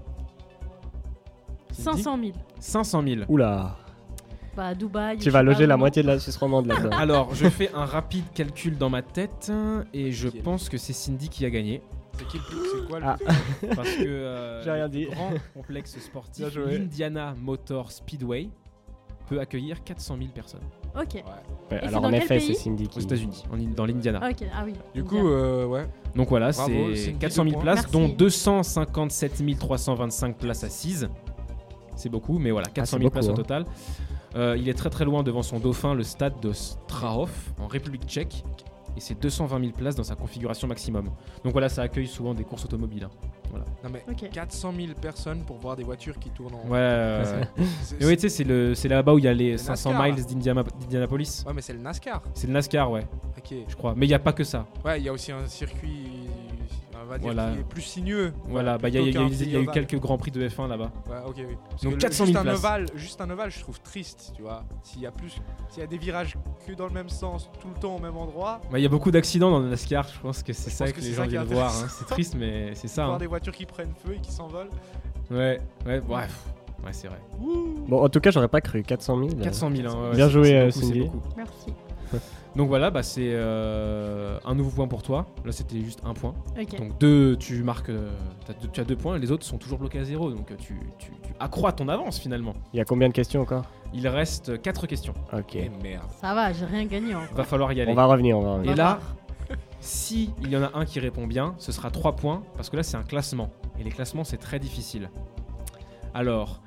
500 000. 500 000. Oula. Bah, Dubaï. Tu vas loger la moitié de la Suisse romande là-dedans. Alors, je fais un rapide calcul dans ma tête et je Qui est- pense que c'est Cindy qui a gagné. C'est qui le plus? C'est quoi le Ah. plus? Parce que J'ai rien le dit. grand complexe sportif, Bien joué. l'Indiana Motor Speedway, peut accueillir 400 000 personnes Ok. Ouais, c'est alors dans en quel effet, pays c'est Cindy aux qui. États-Unis, dans l'Indiana. Ok, ah oui. Du India. coup, ouais. Donc voilà, Bravo, c'est Cindy, 400 000 2 places, Merci. dont 257 325 places assises. C'est beaucoup, mais voilà, 400 000 c'est places beaucoup, au total. Il est très très loin devant son dauphin, le stade de Strahov, en République tchèque. Et c'est 220 000 places dans sa configuration maximum. Donc voilà, ça accueille souvent des courses automobiles. Hein. Non mais Ok. 400 000 personnes pour voir des voitures qui tournent en. Ouais, C'est- mais oui, tu sais, c'est là-bas où il y a les 500 NASCAR. miles d'Indianapolis. Ouais, mais c'est le NASCAR. C'est le NASCAR, ouais, Ok. je crois. Mais il n'y a pas que ça. Ouais, il y a aussi un circuit, on va dire, Voilà. qui est plus sinueux. Voilà, Ouais, bah, il y a plutôt eu, qu'un il y a eu ovale. quelques grands prix de F1 là-bas. Ouais, ok, oui. Parce Donc que 400 000 places. Juste un ovale, je trouve triste, tu vois. S'il y a des virages que dans le même sens, tout le temps au même endroit, Bah, il y a beaucoup d'accidents dans le NASCAR, je pense que c'est Je ça pense que que les c'est gens ça qui est viennent voir. intéressant. Hein. C'est triste, mais c'est ça. voir Hein. des voitures qui prennent feu et qui s'envolent. Ouais, bref. Ouais, c'est vrai. Bon, en tout cas, j'aurais pas cru. 400 000. 400 000, hein, ouais, Bien c'est- joué, c'est beaucoup, c'est Cindy. beaucoup. Merci. Donc voilà, bah, c'est un nouveau point pour toi. Là, c'était juste un point. Ok. Donc deux, tu marques, tu as 2 points, et les autres sont toujours bloqués à 0. Donc tu accrois ton avance finalement. Il y a combien de questions encore? Il reste 4 questions. Ok. Et merde. Ça va, j'ai rien gagné encore. Va falloir y aller. On va revenir, on va revenir. Et là, si il y en a un qui répond bien, ce sera 3 points, parce que là c'est un classement. Et les classements c'est très difficile. Alors,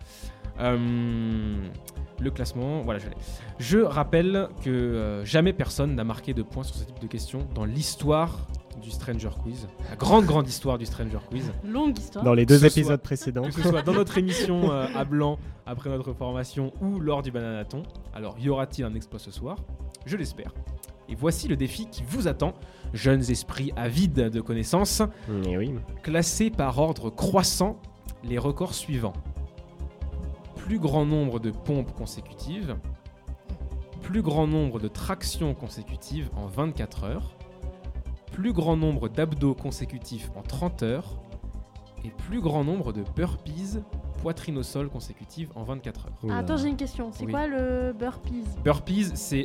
le classement, voilà je l'ai. Je rappelle que jamais personne n'a marqué de points sur ce type de questions dans l'histoire du Stranger Quiz. La grande histoire du Stranger Quiz. Longue histoire. Dans les 2 Ce épisodes soit- précédents. Que ce soit dans notre émission à blanc après notre formation ou lors du Bananaton. Alors y aura-t-il un exploit ce soir? Je l'espère. Et voici le défi qui vous attend, jeunes esprits avides de connaissances. Et oui. Classez par ordre croissant les records suivants. Plus grand nombre de pompes consécutives, plus grand nombre de tractions consécutives en 24 heures, plus grand nombre d'abdos consécutifs en 30 heures, et plus grand nombre de burpees poitrine au sol consécutives en 24 heures. Oula. Attends, j'ai une question. C'est Oui. quoi le burpees? Burpees, c'est...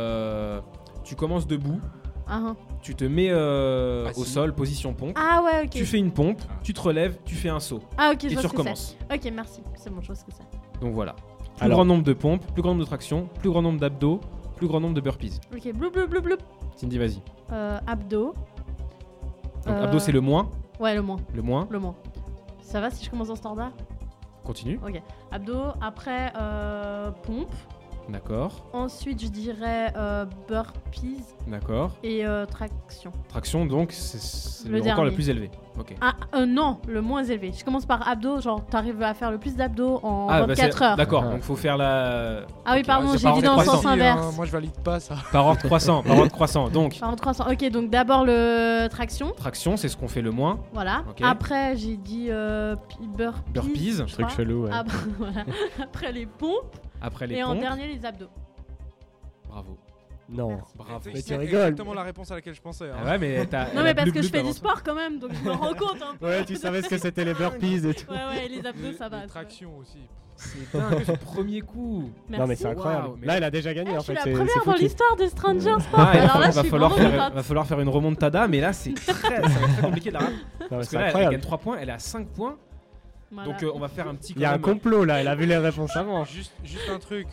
tu commences debout, Ah, tu te mets Assis. au sol, position pompe, ah ouais, ok. tu fais une pompe, tu te relèves, tu fais un saut, Ah ok, je et tu vois ce que recommences. c'est. Ok, merci. C'est bon, je vois ce que c'est. Donc voilà. Plus Alors. grand nombre de pompes, plus grand nombre de tractions, plus grand nombre d'abdos, plus grand nombre de burpees. Ok, blou blou blou blou. Cindy, vas-y. Abdos. Donc abdos, c'est le moins. Ouais, le moins. Le moins. Le moins. Ça va si je commence en standard? Continue. Ok. Abdos, après pompe. D'accord. Ensuite, je dirais burpees D'accord. et traction. Traction, donc, c'est Le le record le dernier. plus élevé. Ok. Ah, non, le moins élevé. Je commence par abdos, genre t'arrives à faire le plus d'abdos en bah, 24 c'est- heures. D'accord, Ah. donc faut faire la. Ah oui, Ok, pardon, c'est j'ai par dit ordre dans le sens croissant. inverse. Moi je valide pas ça. Par ordre croissant. Par ordre croissant. Donc, Par ordre croissant. Ok, donc d'abord le traction. traction, c'est ce qu'on fait le moins. Voilà. Ok. Après, j'ai dit burpees. Burpees. je Truc crois. chelou, ouais. Après, voilà. Après les pompes. Après les Et en pompes. dernier, les abdos. Bravo. Non. Bravo. Mais tu C'est rigoles. exactement la réponse à laquelle je pensais. hein. Ah ouais, mais t'as. Non, mais parce que je fais du sport quand même, donc je me rends compte un peu. Ouais, tu savais ce que c'était les burpees et tout. Ouais, les abdos, ça va. Les tractions aussi. C'est dingue ce premier coup. Merci. Non, mais c'est incroyable. Waouh, mais Là, là- il a déjà gagné Eh, en je suis fait. la c'est première dans foutu. l'histoire de Stranger Sport. Ah, il Alors là, je va suis falloir vraiment faire, contente. va falloir faire une remontada, mais là c'est très, ça va être très compliqué de la ramener. Non, mais Parce que c'est là, elle incroyable. gagne 3 points, elle est à 5 points. Voilà. Donc on va faire un petit. Il y a un quand même- complot là, elle a vu les réponses avant. Juste un truc.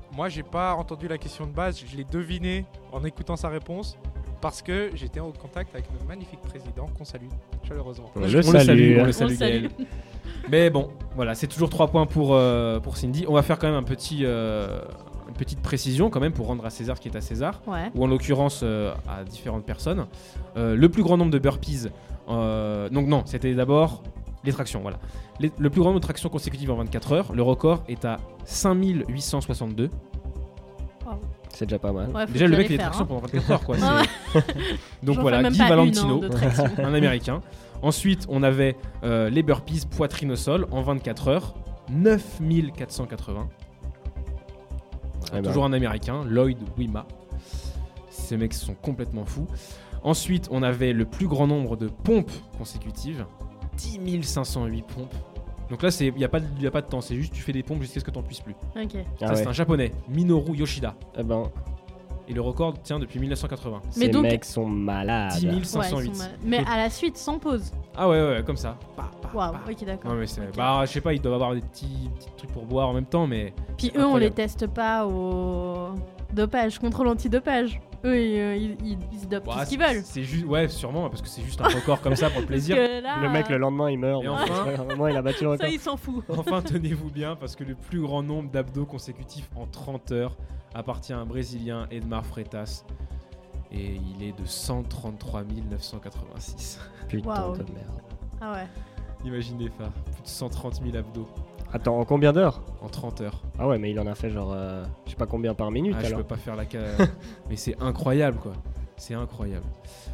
Moi, j'ai pas entendu la question de base. Je l'ai deviné en écoutant sa réponse parce que j'étais en contact avec notre magnifique président qu'on salue chaleureusement. On On le salue. on le On salue, le salue. Gaël. Mais bon, voilà, c'est toujours 3 points pour Cindy. On va faire quand même une petite précision quand même pour rendre à César ce qui est à César, Ouais. ou en l'occurrence à différentes personnes. Le plus grand nombre de burpees, donc non, c'était d'abord les tractions, voilà. Le plus grand nombre de tractions consécutives en 24 heures, le record est à 5862. C'est déjà pas mal. Ouais, faut Déjà, le déjà mec, les il est faire, traction hein. pendant 24 heures, quoi. Ah c'est- Donc J'en voilà, fais même Guy pas une, Valentino, de traction. un américain. Ensuite, on avait les burpees poitrine au sol en 24 heures, 9480. Eh ben. Toujours un américain, Lloyd Wima. Ces mecs sont complètement fous. Ensuite, on avait le plus grand nombre de pompes consécutives, 10 508 pompes. Donc là, il n'y a pas de temps, c'est juste tu fais des pompes jusqu'à ce que tu n'en puisses plus. Ok. Ça, Ah c'est ouais. un japonais, Minoru Yoshida. Eh ben, Et le record tient depuis 1980. ces donc- mecs sont malades. 10 Ouais, ils 508. sont mal- Mais à la suite, sans pause. Ah ouais, comme ça. Pa, pa, Waouh, pa. ok, d'accord. Non mais c'est... Ok. Bah je sais pas, ils doivent avoir des petits trucs pour boire en même temps, mais... Puis c'est eux, on les incroyable. teste pas au dopage, contrôle antidopage. Eux, ils se dopent tout Bah, ce qu'ils veulent. C'est juste... Ouais, sûrement, parce que c'est juste un record comme ça pour le Parce plaisir. que là, Le mec, le lendemain, il meurt. Et Bon, enfin- vraiment, il a battu le record. ça, il s'en fout. Enfin, tenez-vous bien, parce que le plus grand nombre d'abdos consécutifs en 30 heures appartient à un Brésilien, Edmar Freitas. Et il est de 133 986. Putain Waouh. de merde. Ah ouais. Imaginez ça, plus de 130 000 abdos Attends, en combien d'heures? en 30 heures. Ah ouais, mais il en a fait genre, je sais pas combien par minute Ah, je alors. peux pas faire la mais c'est incroyable quoi. C'est incroyable.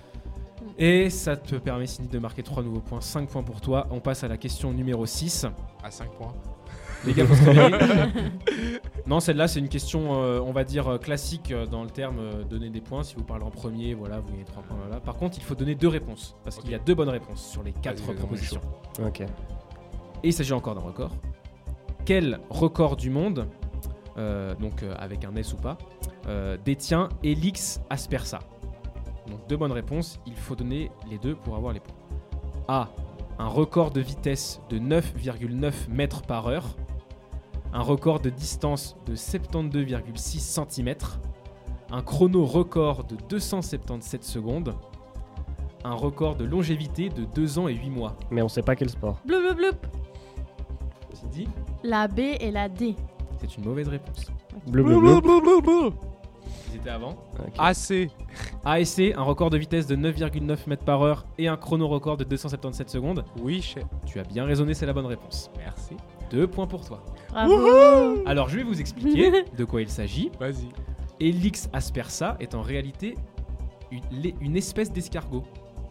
Et ça te permet Cindy de marquer 3 nouveaux points, 5 points pour toi. On passe à la question numéro 6. À 5 points. Les gars, faut se réveiller. Non, celle-là c'est une question on va dire classique dans le terme donner des points. Si vous parlez en premier, voilà, vous gagnez 3 points. Voilà. Par contre, il faut donner 2 réponses parce qu'il y a 2 bonnes réponses sur les 4 Vas-y, vas-y, propositions. Ok. Et il s'agit encore d'un record. Quel record du monde, avec un S ou pas, détient Elix Aspersa? Donc 2 bonnes réponses, il faut donner les 2 pour avoir les points. A. Un record de vitesse de 9,9 mètres par heure. Un record de distance de 72,6 cm. Un chrono record de 277 secondes. Un record de longévité de 2 ans et 8 mois. Mais on sait pas quel sport. Bloup, bloup, bloup. Cindy, La B et la D. c'est une mauvaise réponse. Bleu, bleu, bleu. Ils étaient avant. Ok. AC. ASC, un record de vitesse de 9,9 mètres par heure et un chrono record de 277 secondes. Oui, chef. Tu as bien raisonné, c'est la bonne réponse. Merci. 2 points pour toi. Bravo. Alors je vais vous expliquer de quoi il s'agit. Vas-y. Elix aspersa est en réalité une espèce d'escargot.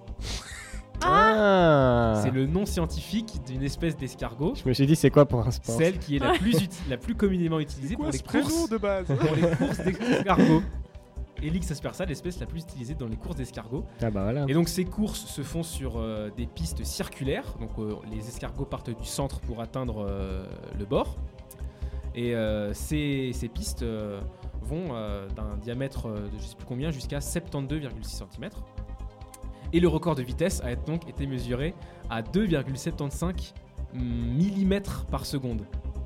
Ah. C'est le nom scientifique d'une espèce d'escargot, Je me suis dit, c'est quoi pour un sport? celle qui est la plus communément utilisée pour les courses. de base? Pour les courses d'escargots. Elix aspersa, l'espèce la plus utilisée dans les courses d'escargots. Ah bah voilà. Et donc ces courses se font sur des pistes circulaires. Donc les escargots partent du centre pour atteindre le bord. Et ces pistes vont d'un diamètre de je sais plus combien jusqu'à 72,6 cm. Et le record de vitesse a donc été mesuré à 2,75 mm par seconde.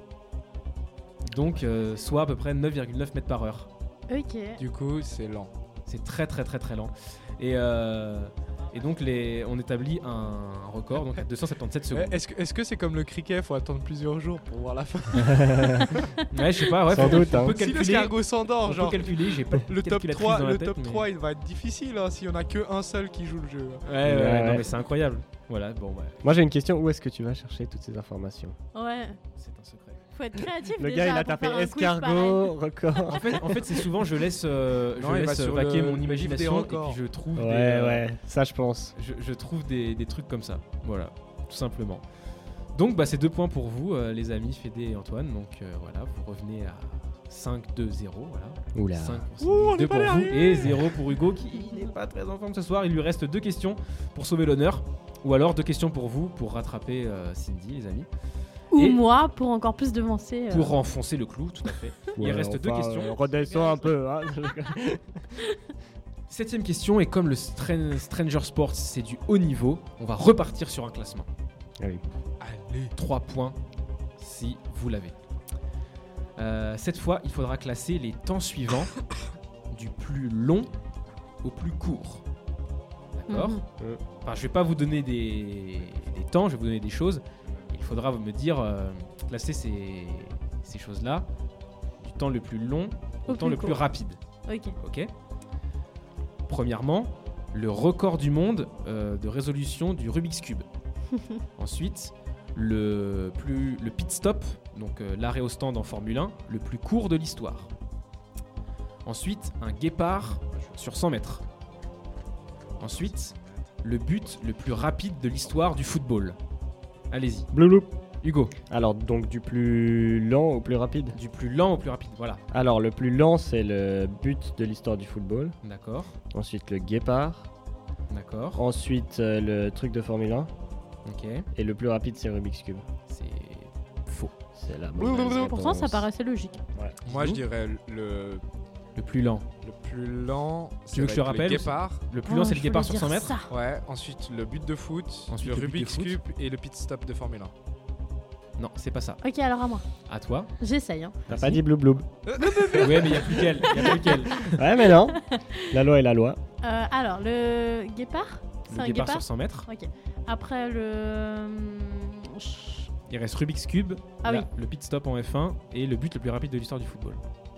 Donc soit à peu près 9,9 mètres par heure. Ok. Du coup, c'est lent. C'est très très très très lent. Et donc on établit un record donc à 277 secondes. Est-ce que c'est comme le cricket? Faut attendre plusieurs jours pour voir la fin. Ouais, je sais pas, ouais, Sans doute, on hein. peut Si calculer. l'escargot On s'endort, peut genre. calculer, j'ai pas Le de top calculatrice 3, dans la le tête, top mais- 3 il va être difficile hein, s'il y en a que un seul qui joue le jeu. Ouais, Ouais. non mais c'est incroyable. Voilà, bon ouais, Moi j'ai une question, où est-ce que tu vas chercher toutes ces informations? Ouais. c'est un secret. Faut être créatif Le déjà gars il a pour tapé faire un quiz pareil. escargot, record. En fait c'est souvent je laisse Non, il va sur vaquer le mon livre des imagination et records. puis je trouve Ouais, ça je pense. je trouve des trucs comme ça. Voilà, tout simplement. Donc bah c'est 2 points pour vous les amis Fédé et Antoine. Donc voilà, vous revenez à 5-2-0, voilà. Oula. 5 pour Ouh, Cindy, on 2 est pour pas vous derrière. et 0 pour Hugo qui n'est pas très en forme ce soir. Il lui reste 2 questions pour sauver l'honneur. Ou alors 2 questions pour vous pour rattraper Cindy les amis. Ou Et- moi pour encore plus devancer. Pour enfoncer le clou, tout à fait. Il Ouais, reste 2 enfin, questions. Redescends un peu. Hein. 7ème question, et comme le Stranger Sports c'est du haut niveau, on va repartir sur un classement. Oui. Allez. 3 points si vous l'avez. Cette fois, il faudra classer les temps suivants du plus long au plus court. D'accord ? Mhm. Enfin, je vais pas vous donner des temps, je vais vous donner des choses. Il faudra me dire, classer ces choses-là du temps le plus long au Au temps plus le plus court. rapide. Ok. Ok. Premièrement, le record du monde de résolution du Rubik's Cube. Ensuite, le pit stop, donc l'arrêt au stand en Formule 1, le plus court de l'histoire. Ensuite, un guépard sur 100 mètres. Ensuite, le but le plus rapide de l'histoire du football. Allez-y, Blouloup. Hugo. Alors, donc du plus lent au plus rapide. Du plus lent au plus rapide, voilà. Alors, le plus lent, c'est le but de l'histoire du football. D'accord, Ensuite, le guépard. d'accord. Ensuite, le truc de Formule 1. Ok, Et le plus rapide, c'est Rubik's Cube. c'est faux. C'est la Blablabla. mauvaise réponse. Pourtant, ça paraissait logique. Ouais. Moi, je dirais Le plus lent. le plus lent. Tu veux que je te rappelle Le guépard. Le plus lent, c'est le je guépard voulais sur 100 dire mètres. ça. Ouais. Ensuite, le but de foot. Ensuite, le le but de Rubik's foot. Cube et le pit stop de Formule 1. Non, c'est pas ça. Ok, alors à moi. À toi. J'essaye. Hein. T'as pas dit bloublou. Ouais, mais il y a plus qu'elle. Y a plus qu'elle. Ouais, mais non. La loi est la loi. Alors, le guépard C'est Le un guépard guépard sur 100 mètres. Ok. Après, le. Il reste Rubik's Cube, Ah là, oui. le pit stop en F1 et le but le plus rapide de l'histoire du football.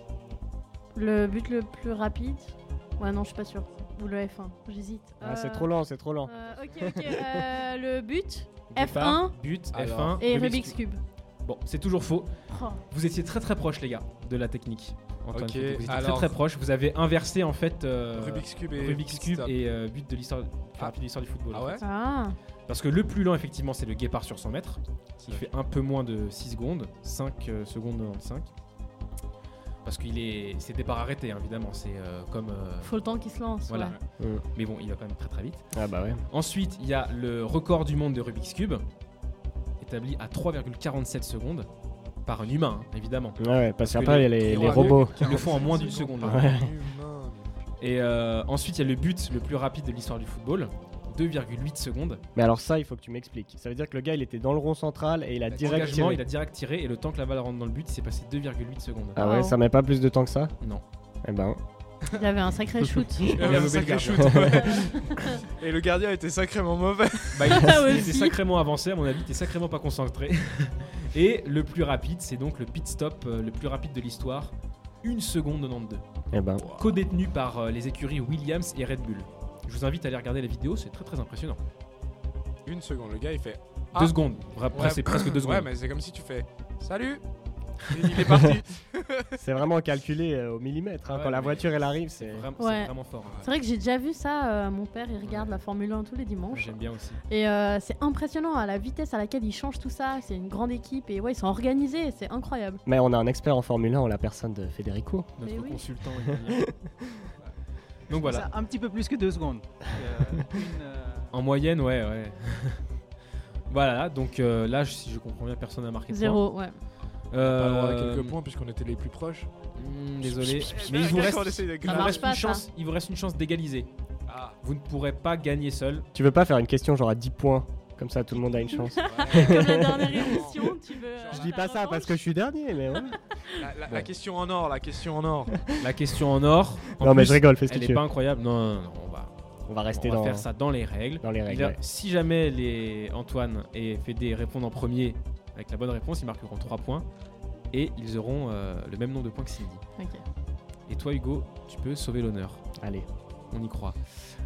Le but le plus rapide. Ouais, non, je suis pas sûre. Ou le F1. J'hésite. Ah, c'est trop lent, c'est trop lent. Ok. Le but Guépard, F1 but, Alors. F1 et Rubik's Cube. Bon, c'est toujours faux. Oh. Vous étiez très très proche, les gars, de la technique. Antoine, Ok, vous étiez alors- très très proche. Vous avez inversé en fait Rubik's Cube et Rubik's pit Cube stop. et but de l'histoire plus Ah. rapide de l'histoire du football. Ah en ouais fait. Ah. Parce que le plus lent, effectivement, c'est le guépard sur 100 mètres, qui fait un peu moins de 6 secondes, 5 secondes 95. Parce qu'il est, c'est départ arrêté, hein, évidemment. C'est comme. Faut le temps qu'il se lance. Voilà. Ouais. Mais bon, il va quand même très très vite. Ah bah ouais. Ensuite, il y a le record du monde de Rubik's Cube, établi à 3,47 secondes par un humain, hein, évidemment. Ouais, parce Parce que qu'après, il y a les les robots. Ils le font en moins d'une seconde. là. Ouais. Et ensuite, il y a le but le plus rapide de l'histoire du football, 2,8 secondes. Mais alors ça, il faut que tu m'expliques. Ça veut dire que le gars, il était dans le rond central et il a direct Engagement, tiré. il a direct tiré et le temps que la balle rentre dans le but, il s'est passé 2,8 secondes. Ah ouais, Wow. ça met pas plus de temps que ça. Non. Eh ben, Il avait un sacré shoot. Il avait avait un le sacré gardien. shoot. Ouais. Et le gardien était sacrément mauvais. Bah, il Aussi. était sacrément avancé, à mon avis, il était sacrément pas concentré. Et le plus rapide, c'est donc le pit stop le plus rapide de l'histoire, 1 seconde 92. eh ben. Co-détenu par les écuries Williams et Red Bull. Je vous invite à aller regarder la vidéo, c'est très très impressionnant. 1 seconde, le gars il fait. 2 secondes, Ouais. c'est presque 2 secondes. Ouais, mais c'est comme si tu fais salut. Et il est parti. C'est vraiment calculé au millimètre. Hein. Ouais, Quand la mais voiture elle arrive, c'est. Vraiment, Ouais. c'est vraiment fort. hein. C'est vrai que j'ai déjà vu ça. Mon père, il regarde la Formule 1 tous les dimanches. J'aime bien aussi. Et c'est impressionnant à la vitesse à laquelle ils changent tout ça. C'est une grande équipe et ouais, ils sont organisés. C'est incroyable. Mais on a un expert en Formule 1 en la personne de Federico. Notre Mais oui. consultant italien. Donc voilà, Ça, un petit peu plus que 2 secondes. en moyenne, ouais. Voilà, donc là, si je comprends bien, personne n'a marqué de point. 0, ouais. Pas le droit à quelques points puisqu'on était les plus proches. Désolé, mais il vous reste, On essaye de il Ça vous marche reste pas, une ça. chance. Il vous reste une chance d'égaliser. Ah. Vous ne pourrez pas gagner seul. Tu veux pas faire une question genre à 10 points? Comme ça, tout le monde a une chance. Comme la dernière émission, tu veux. Je dis pas ça parce que je suis dernier, mais ouais. La question en or, la question en or. La question en or. En Non, mais plus, je rigole, fais ce que Elle tu est veux. pas incroyable. Non, On va rester on va dans, faire ça dans les règles. dans les règles. ouais. Si jamais les Antoine et Fédé répondent en premier avec la bonne réponse, ils marqueront 3 points et ils auront le même nombre de points que Cindy. Ok. Et toi, Hugo, tu peux sauver l'honneur. Allez. On y croit.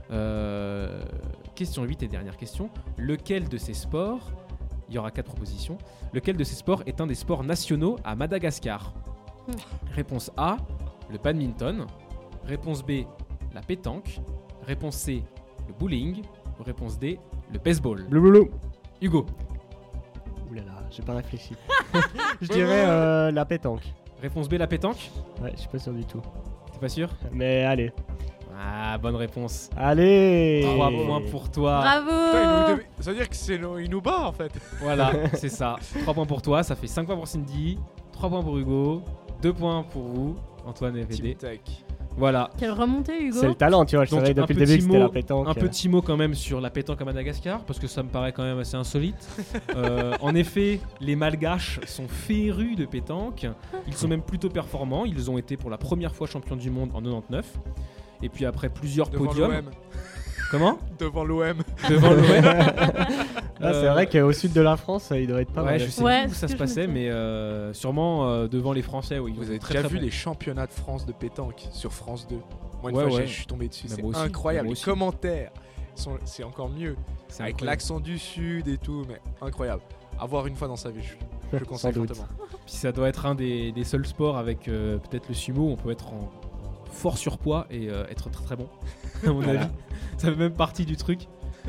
Question 8 et dernière question. Lequel de ces sports, il y aura 4 propositions, lequel de ces sports est un des sports nationaux à Madagascar? Réponse A, le badminton. Réponse B, la pétanque. Réponse C, le bowling. Ou réponse D, le baseball. Blouloulou. Hugo, Ouh là là, j'ai pas réfléchi. Je dirais la pétanque. réponse B, la pétanque. Ouais, je suis pas sûr du tout. T'es pas sûr? Mais allez. Ah, bonne réponse. Allez 3 points pour toi. Bravo. Ça veut dire que il nous bat en fait. Voilà, c'est ça. 3 points pour toi, ça fait 5 points pour Cindy, 3 points pour Hugo, 2 points pour vous, Antoine et Team VD. Tech. Voilà. Quelle remontée, Hugo. C'est le talent, tu vois. Je Donc, savais un depuis le début petit que c'était mot- la pétanque. Un petit mot quand même sur la pétanque à Madagascar, parce que ça me paraît quand même assez insolite. En effet, les Malgaches sont férus de pétanque. Ils sont même plutôt performants. Ils ont été pour la première fois champions du monde en 99. Et puis après plusieurs Devant podiums. l'OM. Comment Devant l'OM. Devant l'OM. Ah, c'est vrai qu'au sud de la France, il devrait être pas Ouais, mal. je sais Ouais, plus où c'est ça ce se que je passait, me mais sûrement devant les Français. Oui, Vous avez déjà vu les championnats de France de pétanque sur France 2? Moi, une Ouais, fois, ouais. je suis tombé dessus. Bah, C'est moi aussi, incroyable. moi Les aussi. commentaires, c'est encore mieux. C'est Avec incroyable. l'accent du sud et tout, mais incroyable. À voir une fois dans sa vie, je conseille Sans doute. fortement. Puis ça doit être un des seuls sports avec peut-être le sumo où on peut être en fort surpoids et être très très bon. À mon Voilà. avis, ça fait même partie du truc.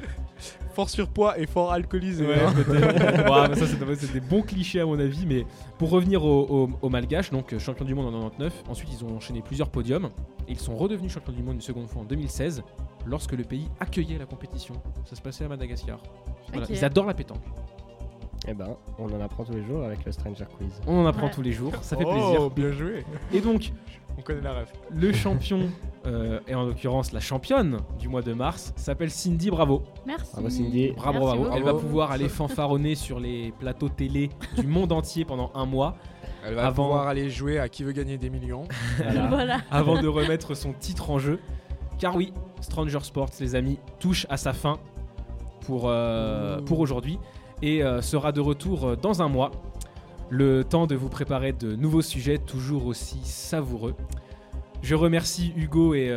Fort surpoids et fort alcoolisé. Ouais, hein. peut-être. Ouais, mais ça c'est des bons clichés à mon avis. Mais pour revenir aux Malgaches, donc champion du monde en 99, ensuite ils ont enchaîné plusieurs podiums et ils sont redevenus champions du monde une seconde fois en 2016 lorsque le pays accueillait la compétition. Ça se passait à Madagascar. Voilà, Ok. ils adorent la pétanque. Eh ben, on en apprend tous les jours avec le Stranger Quiz. On en apprend Ouais. tous les jours, ça fait Oh, plaisir. bien joué. Et donc On connaît la ref. le champion et en l'occurrence la championne du mois de mars s'appelle Cindy Bravo. Merci. Bravo, Cindy. Bravo, Merci bravo. beaucoup. Elle va Bravo. pouvoir aller fanfaronner sur les plateaux télé du monde entier pendant un mois Elle va Avant- pouvoir aller jouer à Qui veut gagner des millions. Voilà. Voilà. avant de remettre son titre en jeu. Car oui, Stranger Sports, les amis, touche à sa fin pour aujourd'hui et sera de retour dans un mois. Le temps de vous préparer de nouveaux sujets toujours aussi savoureux. Je remercie Hugo et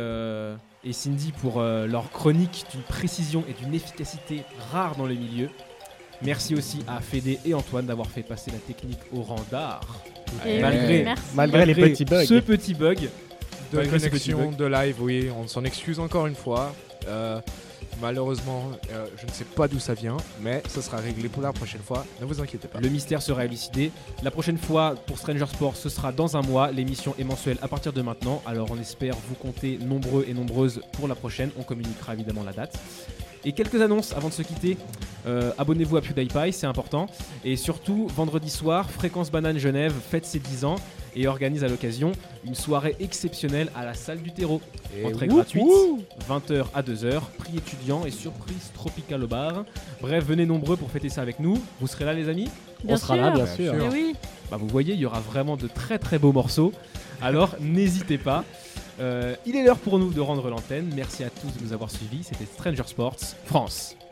Cindy pour leur chronique d'une précision et d'une efficacité rare dans le milieu. Merci aussi à Fédé et Antoine d'avoir fait passer la technique au rang d'art. Et Malgré- merci. Malgré les petits bugs. Ce petit bug. De Malgré ce petit connexion, bug. de live, oui, on s'en excuse encore une fois. Malheureusement, je ne sais pas d'où ça vient, mais ça sera réglé pour la prochaine fois. Ne vous inquiétez pas. Le mystère sera élucidé. La prochaine fois pour Stranger Sports, ce sera dans un mois. L'émission est mensuelle à partir de maintenant. Alors on espère vous compter nombreux et nombreuses pour la prochaine. On communiquera évidemment la date. Et quelques annonces avant de se quitter. Abonnez-vous à PewDiePie, c'est important. Et surtout, vendredi soir, Fréquence Banane Genève fête ses 10 ans et organise à l'occasion une soirée exceptionnelle à la salle du terreau. Et Entrée wouh, gratuite, wouh. 20h à 2h, prix étudiant et surprise tropicale au bar. Bref, venez nombreux pour fêter ça avec nous. Vous serez là les amis? Bien On sera là, sûr. bien sûr. Mais oui. Bah vous voyez, il y aura vraiment de très très beaux morceaux. Alors n'hésitez pas. Il est l'heure pour nous de rendre l'antenne. Merci à tous de nous avoir suivis. C'était Stranger Sports France.